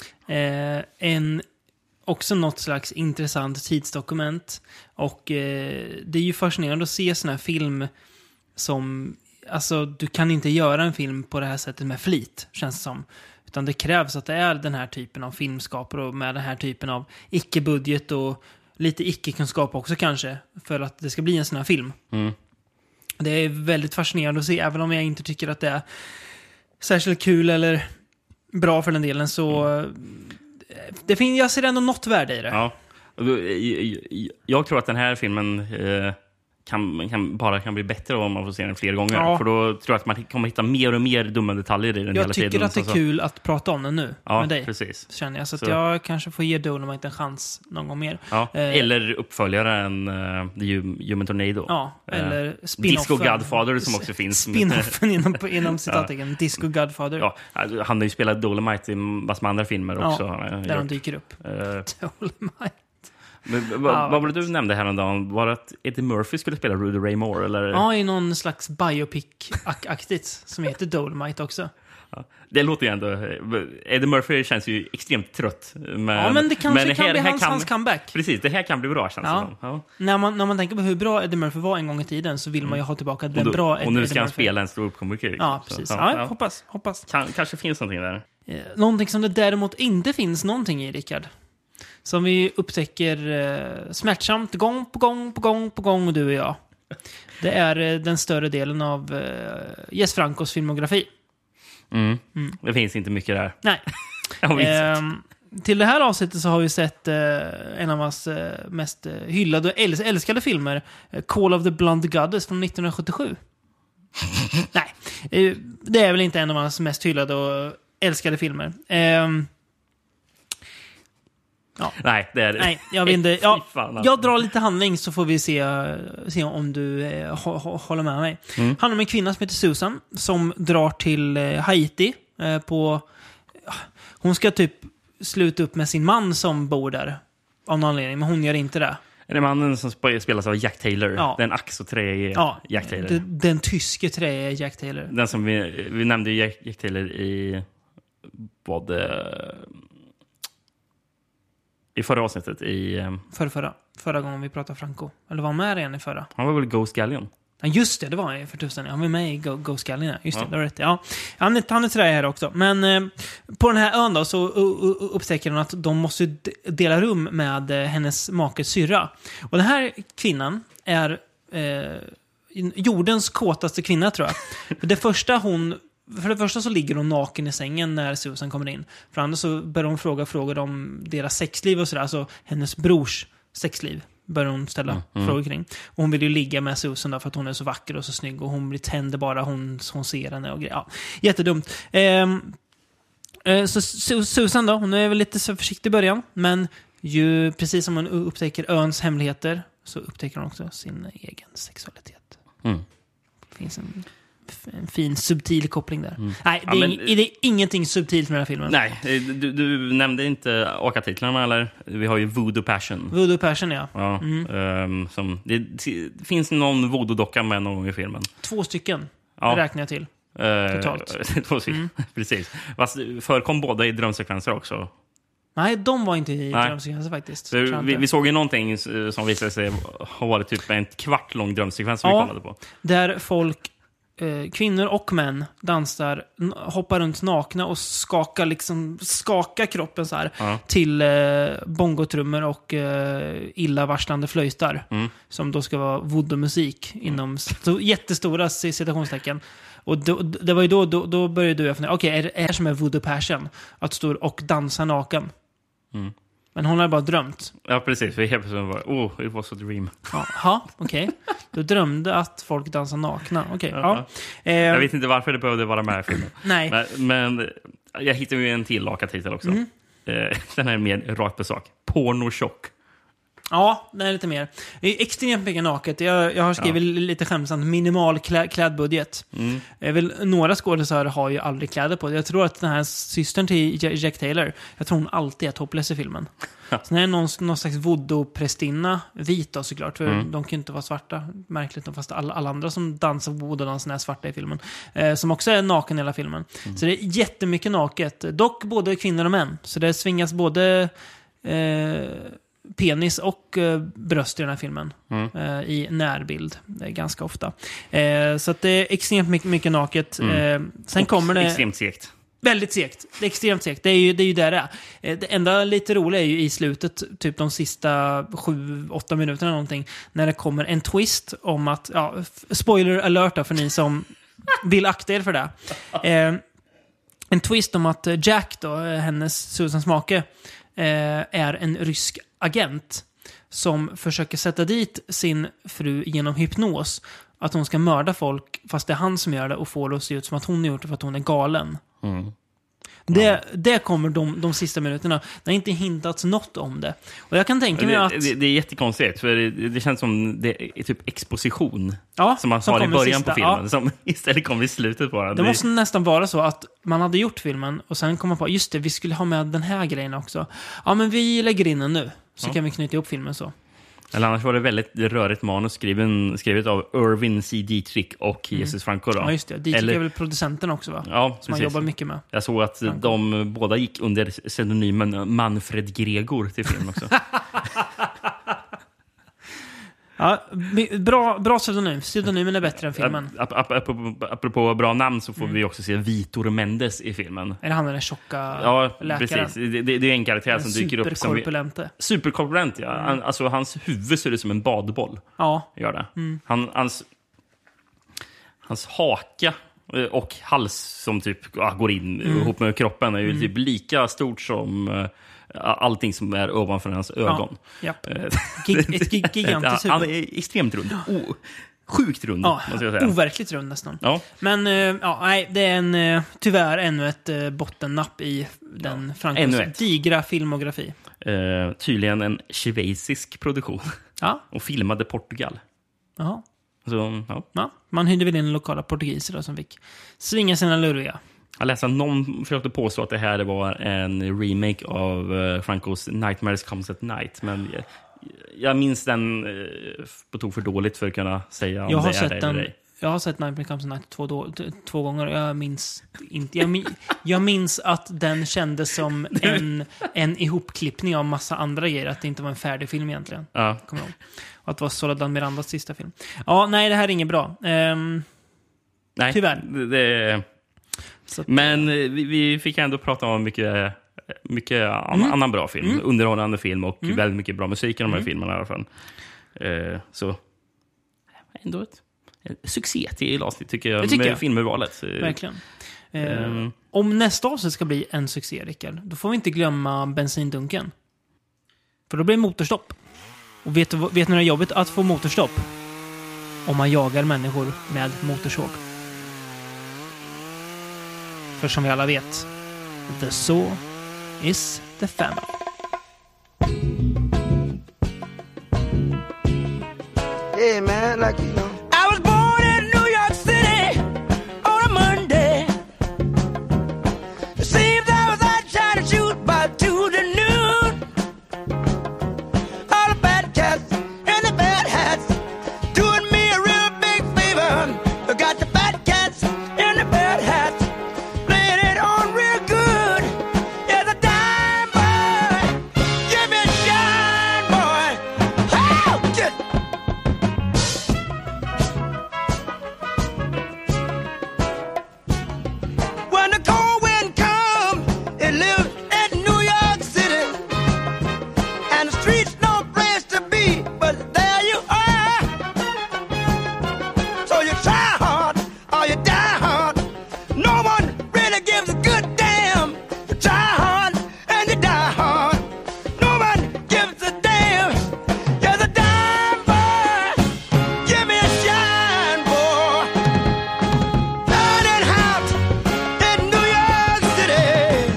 också något slags intressant tidsdokument. Och det är ju fascinerande att se sån här film som, alltså, du kan inte göra en film på det här sättet med flit, känns det som. Utan det krävs att det är den här typen av filmskapare och med den här typen av icke-budget och lite icke-kunskap också kanske, för att det ska bli en sån här film. Det är väldigt fascinerande att se, även om jag inte tycker att det är särskilt kul eller bra för den delen, så jag ser ändå något värde i det. Ja. Jag tror att den här filmen kan bli bättre om man får se den fler gånger. Ja. För då tror jag att man kommer hitta mer och mer dumma detaljer i den hela tiden. Jag tycker att det är kul att prata om den nu med dig. Precis. Känner jag. Så att jag kanske får ge Dolomite en chans någon gång mer. Ja. Eller uppföljaren The Human Tornado. Ja, eller spin-offen. Disco Godfather som också finns. Spin-offen inom citattecken. Disco Godfather. Ja, han har ju spelat Dolomite i massor med andra filmer också. Där han dyker upp. Dolomite. Men, vad var det du nämnde häromdagen? Var det att Eddie Murphy skulle spela Rudy Ray Moore? Eller? Ja, i någon slags biopic-aktigt som heter Dolomite också. Ja, det låter ju ändå... Eddie Murphy känns ju extremt trött. Men det kanske kan bli hans comeback. Precis, det här kan bli bra, känns det som. Ja. När man tänker på hur bra Eddie Murphy var en gång i tiden, så vill man ju ha tillbaka den bra Eddie Murphy. Och nu ska han spela en stor komiker. Ja, precis. Hoppas. Kanske finns någonting där. Någonting som det däremot inte finns någonting i, Rickard. Som vi upptäcker smärtsamt gång på gång, du och jag. Det är den större delen av Jess Francos filmografi. Det finns inte mycket där. Nej. Till det här avsnittet så har vi sett en av hans mest hyllade och älskade filmer, Call of the Blonde Goddess från 1977. Nej, det är väl inte en av hans mest hyllade och älskade filmer. Ja. Nej, det är det. Nej, jag vet inte. Jag drar lite handling så får vi se om du håller med mig. Han är en kvinna som heter Susan som drar till Haiti hon ska typ sluta upp med sin man som bor där av någon anledning, men hon gör inte det. Är det mannen som spelas av Jack Taylor? Ja. Den ax och trä Jack Taylor. Den tyske trä är Jack Taylor. Den som vi nämnde Jack Taylor i i förra avsnittet förra gången vi pratade Franco. Eller var han med igen i förra? Han var väl Ghost Galleon? Ja, just det var han för tusen. Han var med i Ghost Galleon. Just det, det var rätt. Ja. Han är trä här också. Men på den här ön då så upptäcker hon att de måste dela rum med hennes makes syrra. Och den här kvinnan är jordens kåtaste kvinna, tror jag. För det första så ligger hon naken i sängen när Susan kommer in. För andra så börjar hon fråga frågor om deras sexliv och sådär. Alltså hennes brors sexliv. börjar hon ställa frågor kring. Och hon vill ju ligga med Susan då, för att hon är så vacker och så snygg. Och hon blir tänd bara hon ser henne och grejer. Ja, jättedumt. Så Susan då, hon är väl lite så försiktig i början. Men ju precis som hon upptäcker öns hemligheter så upptäcker hon också sin egen sexualitet. Det finns en fin subtil koppling där. Nej, det är ingenting subtilt med den här filmen. Nej, du nämnde inte åkartitlarna, eller? Vi har ju Voodoo Passion. Voodoo Passion, ja. Det finns någon voodoo-docka med någon gång i filmen. 2 stycken räknar jag till. Totalt. 2 stycken, precis. Fast förekom båda i drömsekvenser också. Nej, de var inte i drömsekvenser faktiskt. Vi såg ju någonting som visade sig ha varit typ en kvart lång drömsekvens som vi kollade på. Där folk, kvinnor och män, dansar, hoppar runt nakna och skakar kroppen så här till bongotrummor och illavarslande flöjtar. Som då ska vara voodoo-musik inom jättestora citationstecken. Och det var ju då började du fundera, okej, är det här som är Voodoo Passion? Att stå och dansa naken. Men hon har bara drömt. Ja, precis. Vi helt plötsligt var, it was a dream. Jaha, okej. Du drömde att folk dansar nakna. Okej, jag vet inte varför det behövde vara med i filmen. Nej. Men jag hittade ju en till laka-titel också. Den är mer rakt på sak. Pornochock. Ja, det är lite mer. Det är extremt mycket naket. Jag har skrivit lite skämsamt minimal klädbudget. Några skådespelare har ju aldrig kläder på. Jag tror att den här systern till Jack Taylor, jag tror hon alltid är topless i filmen. Sen är det någon slags voodoo-prästinna, vit då såklart, för de kan ju inte vara svarta. Märkligt, fast alla andra som dansar voodoo-dansen är svarta i filmen. Som också är naken i hela filmen. Så det är jättemycket naket. Dock både kvinnor och män. Så det svingas både penis och bröst i den här filmen i närbild ganska ofta. Så att det är extremt mycket naket. Sen kommer det extremt segt. Väldigt segt. Det är extremt segt. Det är ju där det är. Det enda lite roliga är ju i slutet, typ de sista 7-8 minuterna någonting, när det kommer en twist om att, spoiler alert då, för ni som vill akta er för det. En twist om att Jack då, hennes Susans make, är en rysk agent som försöker sätta dit sin fru genom hypnos. Att hon ska mörda folk fast det är han som gör det och får det att se ut som att hon har gjort det för att hon är galen. Det kommer de sista minuterna. Det har inte hintats något om det. Och jag kan tänka mig att det är jättekonstigt, för det känns som det är typ exposition som man har i början på filmen som istället kommer i slutet på den. Det måste nästan vara så att man hade gjort filmen och sen kom man på, just det, vi skulle ha med den här grejen också. Ja, men vi lägger in den nu. Så kan vi knyta ihop filmen så. Eller annars var det väldigt rörigt manus skrivet av Irvin C. Dietrich och Jesus Franco då. Ja, just det. Dietrich är väl producenten också, va? Ja, som man jobbar mycket med. Jag såg att de båda gick under pseudonymen Manfred Gregor till filmen också. Ja, bra pseudonym. Pseudonymen är bättre än filmen. Apropå bra namn så får vi också se Vitor Mendes i filmen. Är det han den där läkaren? Precis. Det är en karaktär som dyker upp som superkorpulent, ja. Alltså hans huvud ser ut som en badboll. Ja. Gör det. Hans haka och hals som typ går in ihop med kroppen är ju typ lika stort som allting som är ovanför hans ögon. Ett gigantiskt huvud. Han är extremt rund. Sjukt rund, måste jag säga. Overkligt rund nästan. Ja. Men nej, det är tyvärr ännu ett bottennapp i den Francos digra filmografi. Tydligen en schweizisk produktion. Och filmade Portugal. Jaha. Så, man hyrde väl in lokala portugiser då, som fick svinga sina luriga. Jag läste att någon försökte påstå att det här var en remake av Francos Nightmares Comes at Night. Men jag minns den på tok för dåligt för att kunna säga om det är det eller ej. Jag har sett Nightmare Comes at Night två gånger. Jag minns inte. Jag minns att den kändes som en ihopklippning av massa andra grejer. Att det inte var en färdig film egentligen. Ja. Kommer jag ihåg. Och att det var Soledad Mirandas sista film. Ja, nej, det här är inget bra. Nej, tyvärr. Men vi fick ändå prata om mycket annan bra film. Underhållande film och väldigt mycket bra musik i de här filmerna i alla fall. Så ändå ett succé till avsnitt tycker jag med filmurvalet. Verkligen. Om nästa avsnitt ska bli en succé, Rickard, då får vi inte glömma bensindunken. För då blir det motorstopp. Och vet ni det är jobbigt att få motorstopp? Om man jagar människor med motorsåg. För som vi alla vet, the saw is the family. Hey man, like you know, I was born in New York City on a Monday. It seems I was out trying to shoot by 2 to noon. All the bad cats and the bad hats doing me a real big favor. I got the bad cats and the bad hats playing it on real good. Yeah, the dime boy, give me a shine, boy. Oh, get. When the cold wind come, it lives in New York City, and the streets no place to be, but there you are. So you try hard or you die hard. No one really gives a good damn. You try hard and you die hard. No one gives a damn. You're the dime boy. Give me a shine, boy. Burning hot in New York City.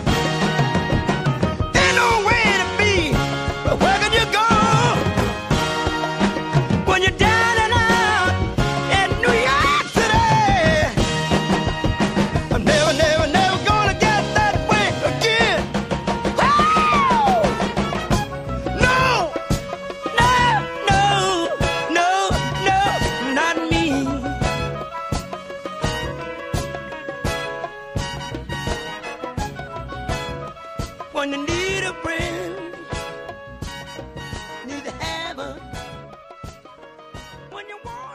Ain't no way to be, but where can you go when you're down and out in New York City? I'm never, never, never gonna get that way again. Oh! No, no, no, no, no, not me. When you need a friend, need to have her. When you want